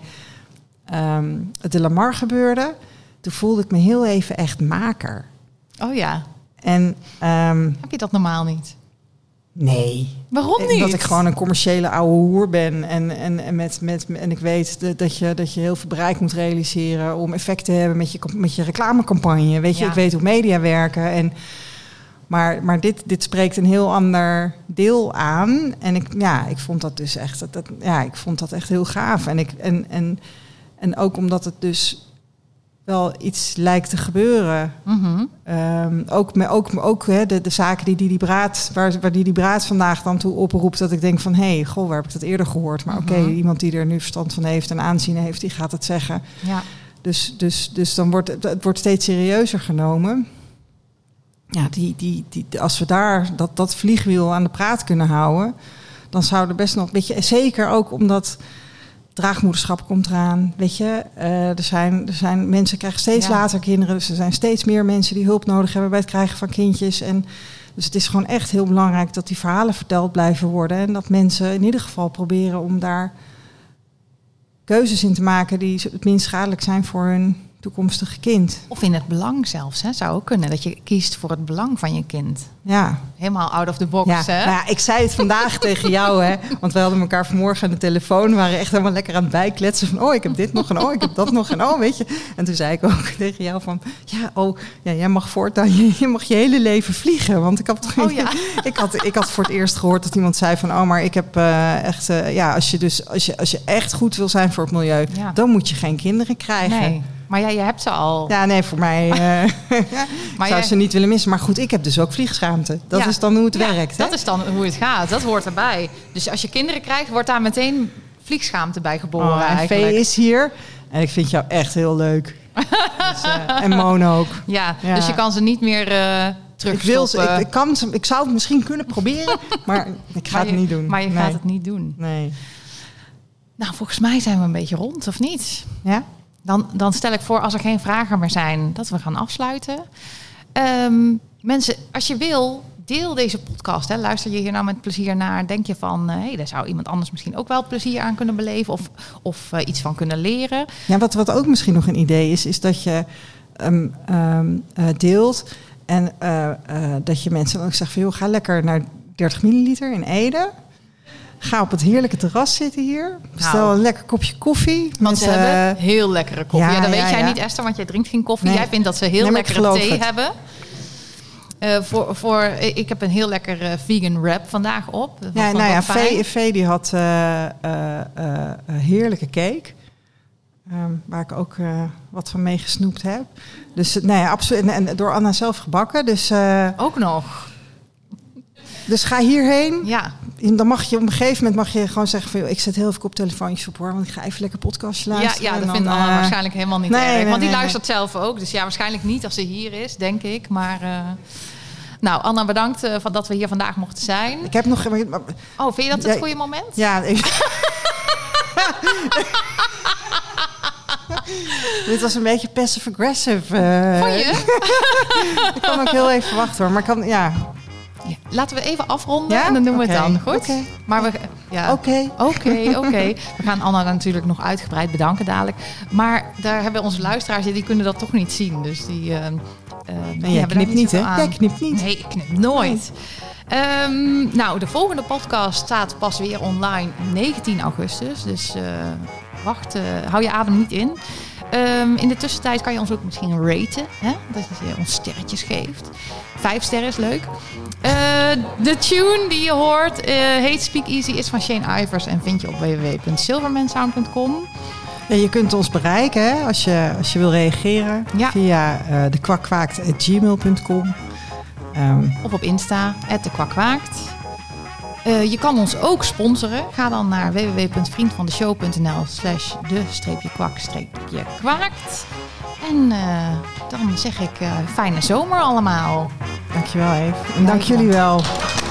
um, de Lamar gebeurde. Toen voelde ik me heel even echt maker. Oh ja. En, um, heb je dat normaal niet? Nee. Waarom niet? Dat ik gewoon een commerciële oude hoer ben. En, en, en, met, met, en ik weet de, dat, je, dat je heel veel bereik moet realiseren om effect te hebben met je, met je reclamecampagne. Weet je, Ja. ik weet hoe media werken. En, maar maar dit, dit spreekt een heel ander deel aan. En ik, ja, ik vond dat dus echt, dat, dat, ja, ik vond dat echt heel gaaf. En, ik, en, en, en ook omdat het dus wel iets lijkt te gebeuren. Mhm. Um, ook me, ook, ook hè, de, de zaken die die Braat, waar, waar die, die Braat vandaag dan toe oproept, dat ik denk van, hé, hey, goh, waar heb ik dat eerder gehoord? Maar oké, Mhm. iemand die er nu verstand van heeft en aanzien heeft, die gaat het zeggen. Ja. Dus, dus, dus dan wordt het, het wordt steeds serieuzer genomen. Ja, die, die, die, als we daar dat, dat vliegwiel aan de praat kunnen houden, dan zou er best nog, weet je, zeker ook omdat draagmoederschap komt eraan, weet je. Uh, er, zijn, er zijn mensen krijgen steeds Ja. later kinderen, dus er zijn steeds meer mensen die hulp nodig hebben bij het krijgen van kindjes. En dus het is gewoon echt heel belangrijk dat die verhalen verteld blijven worden en dat mensen in ieder geval proberen om daar keuzes in te maken die het minst schadelijk zijn voor hun toekomstige kind. Of in het belang zelfs, hè? Zou ook kunnen. Dat je kiest voor het belang van je kind. Ja. Helemaal out of the box, Ja, hè? nou ja, ik zei het vandaag tegen jou, hè, want we hadden elkaar vanmorgen aan de telefoon. We waren echt helemaal lekker aan het bijkletsen van, oh, ik heb dit nog en oh, ik heb dat nog en oh, weet je. En toen zei ik ook tegen jou van, ja, oh, ja, jij mag voortaan, je, je mag je hele leven vliegen. Want ik had toch, Oh, ja. ik had, ik had voor het eerst gehoord dat iemand zei van, oh, maar ik heb uh, echt, uh, ja, als je dus, als je, als je echt goed wil zijn voor het milieu, Ja. dan moet je geen kinderen krijgen. Nee. Maar ja, je hebt ze al. Ja, nee, voor mij uh, Maar zou jij- ze niet willen missen. Maar goed, ik heb dus ook vliegschaamte. Dat Ja. is dan hoe het Ja, werkt. Dat hè? is dan hoe het gaat. Dat hoort erbij. Dus als je kinderen krijgt, wordt daar meteen vliegschaamte bij geboren Oh, en eigenlijk. Vee is hier. En ik vind jou echt heel leuk. Dus, uh, en Mono ook. Ja, Ja. dus je kan ze niet meer uh, Ik, terugstoppen. wil ze, ik, ik, kan ze, ik zou het misschien kunnen proberen, maar ik ga Maar het je- niet doen. Maar je Nee. gaat het niet doen. Nee. Nou, volgens mij zijn we een beetje rond, of niet? Ja? Dan, dan stel ik voor, als er geen vragen meer zijn, dat we gaan afsluiten. Ehm, mensen, als je wil, deel deze podcast. Hè. Luister je hier nou met plezier naar? Denk je van, hé, hey, daar zou iemand anders misschien ook wel plezier aan kunnen beleven of, of uh, iets van kunnen leren? Ja, wat, wat ook misschien nog een idee is, is dat je um, um, uh, deelt en uh, uh, dat je mensen dan ook zegt van, joh, ga lekker naar dertig milliliter in Ede. Ga op het heerlijke terras zitten hier. Bestel Nou. een lekker kopje koffie. Want met, ze hebben uh, heel lekkere koffie. Ja, ja, dat weet ja, jij ja. niet, Esther, want jij drinkt geen koffie. Nee. Jij vindt dat ze heel Nee, maar ik lekkere geloof thee het. hebben. Uh, voor, voor, ik heb een heel lekker uh, vegan wrap vandaag op. Dat Ja, vond ik nou ja, ook fijn. Vee, Vee die had uh, uh, uh, een heerlijke cake. Um, waar ik ook uh, wat van meegesnoept heb. Dus nou ja, absoluut. En, en door Anna zelf gebakken. Dus, uh, Ook nog. dus ga hierheen. Ja. Dan mag je op een gegeven moment mag je gewoon zeggen van, joh, ik zet heel veel koptelefoontjes op hoor, want ik ga even lekker podcastje Ja, luisteren. ja, En dat dan, vindt Anna uh, waarschijnlijk helemaal niet nee, erg. nee, Want die nee, luistert zelf ook. Dus ja, waarschijnlijk niet als ze hier is, denk ik. Maar uh, nou, Anna, bedankt uh, van dat we hier vandaag mochten zijn. Ik heb nog... Maar, Oh, vind je dat het Ja, goede moment? ja, ik, dit was een beetje passive-aggressive. Uh, Vond je? ik kan ook heel even wachten hoor, maar ik kan, ja... Ja, laten we even afronden Ja? en dan doen we Oké. het dan. Goed? Oké. Maar we, ja. Oké. Oké, oké. We gaan Anna natuurlijk nog uitgebreid bedanken dadelijk. Maar daar hebben onze luisteraars, die kunnen dat toch niet zien. Dus die, uh, uh, die En jij hebben daar knipt niet, hè? zoveel aan. Jij knipt niet. Nee, ik knip nooit. Um, nou, de volgende podcast staat pas weer online negentien augustus. Dus uh, wacht, uh, hou je adem niet in. Um, in de tussentijd kan je ons ook misschien raten. Hè? Dat je ons sterretjes geeft. Vijf sterren is leuk. Uh, de tune die je hoort uh, heet Speak Easy, is van Shane Ivers en vind je op w w w punt silvermansound punt com. Ja, je kunt ons bereiken hè, als, je, als je wil reageren Ja. via uh, de kwakkwaakt at gmail punt com. Um, Of op Insta, at de kwakwaakt. Uh, je kan ons ook sponsoren. Ga dan naar w w w punt vriendvandeshow punt n l slash de streepje kwak streepje kwaakt. En uh, dan zeg ik uh, fijne zomer allemaal. Dankjewel Eve. En dank jullie wel.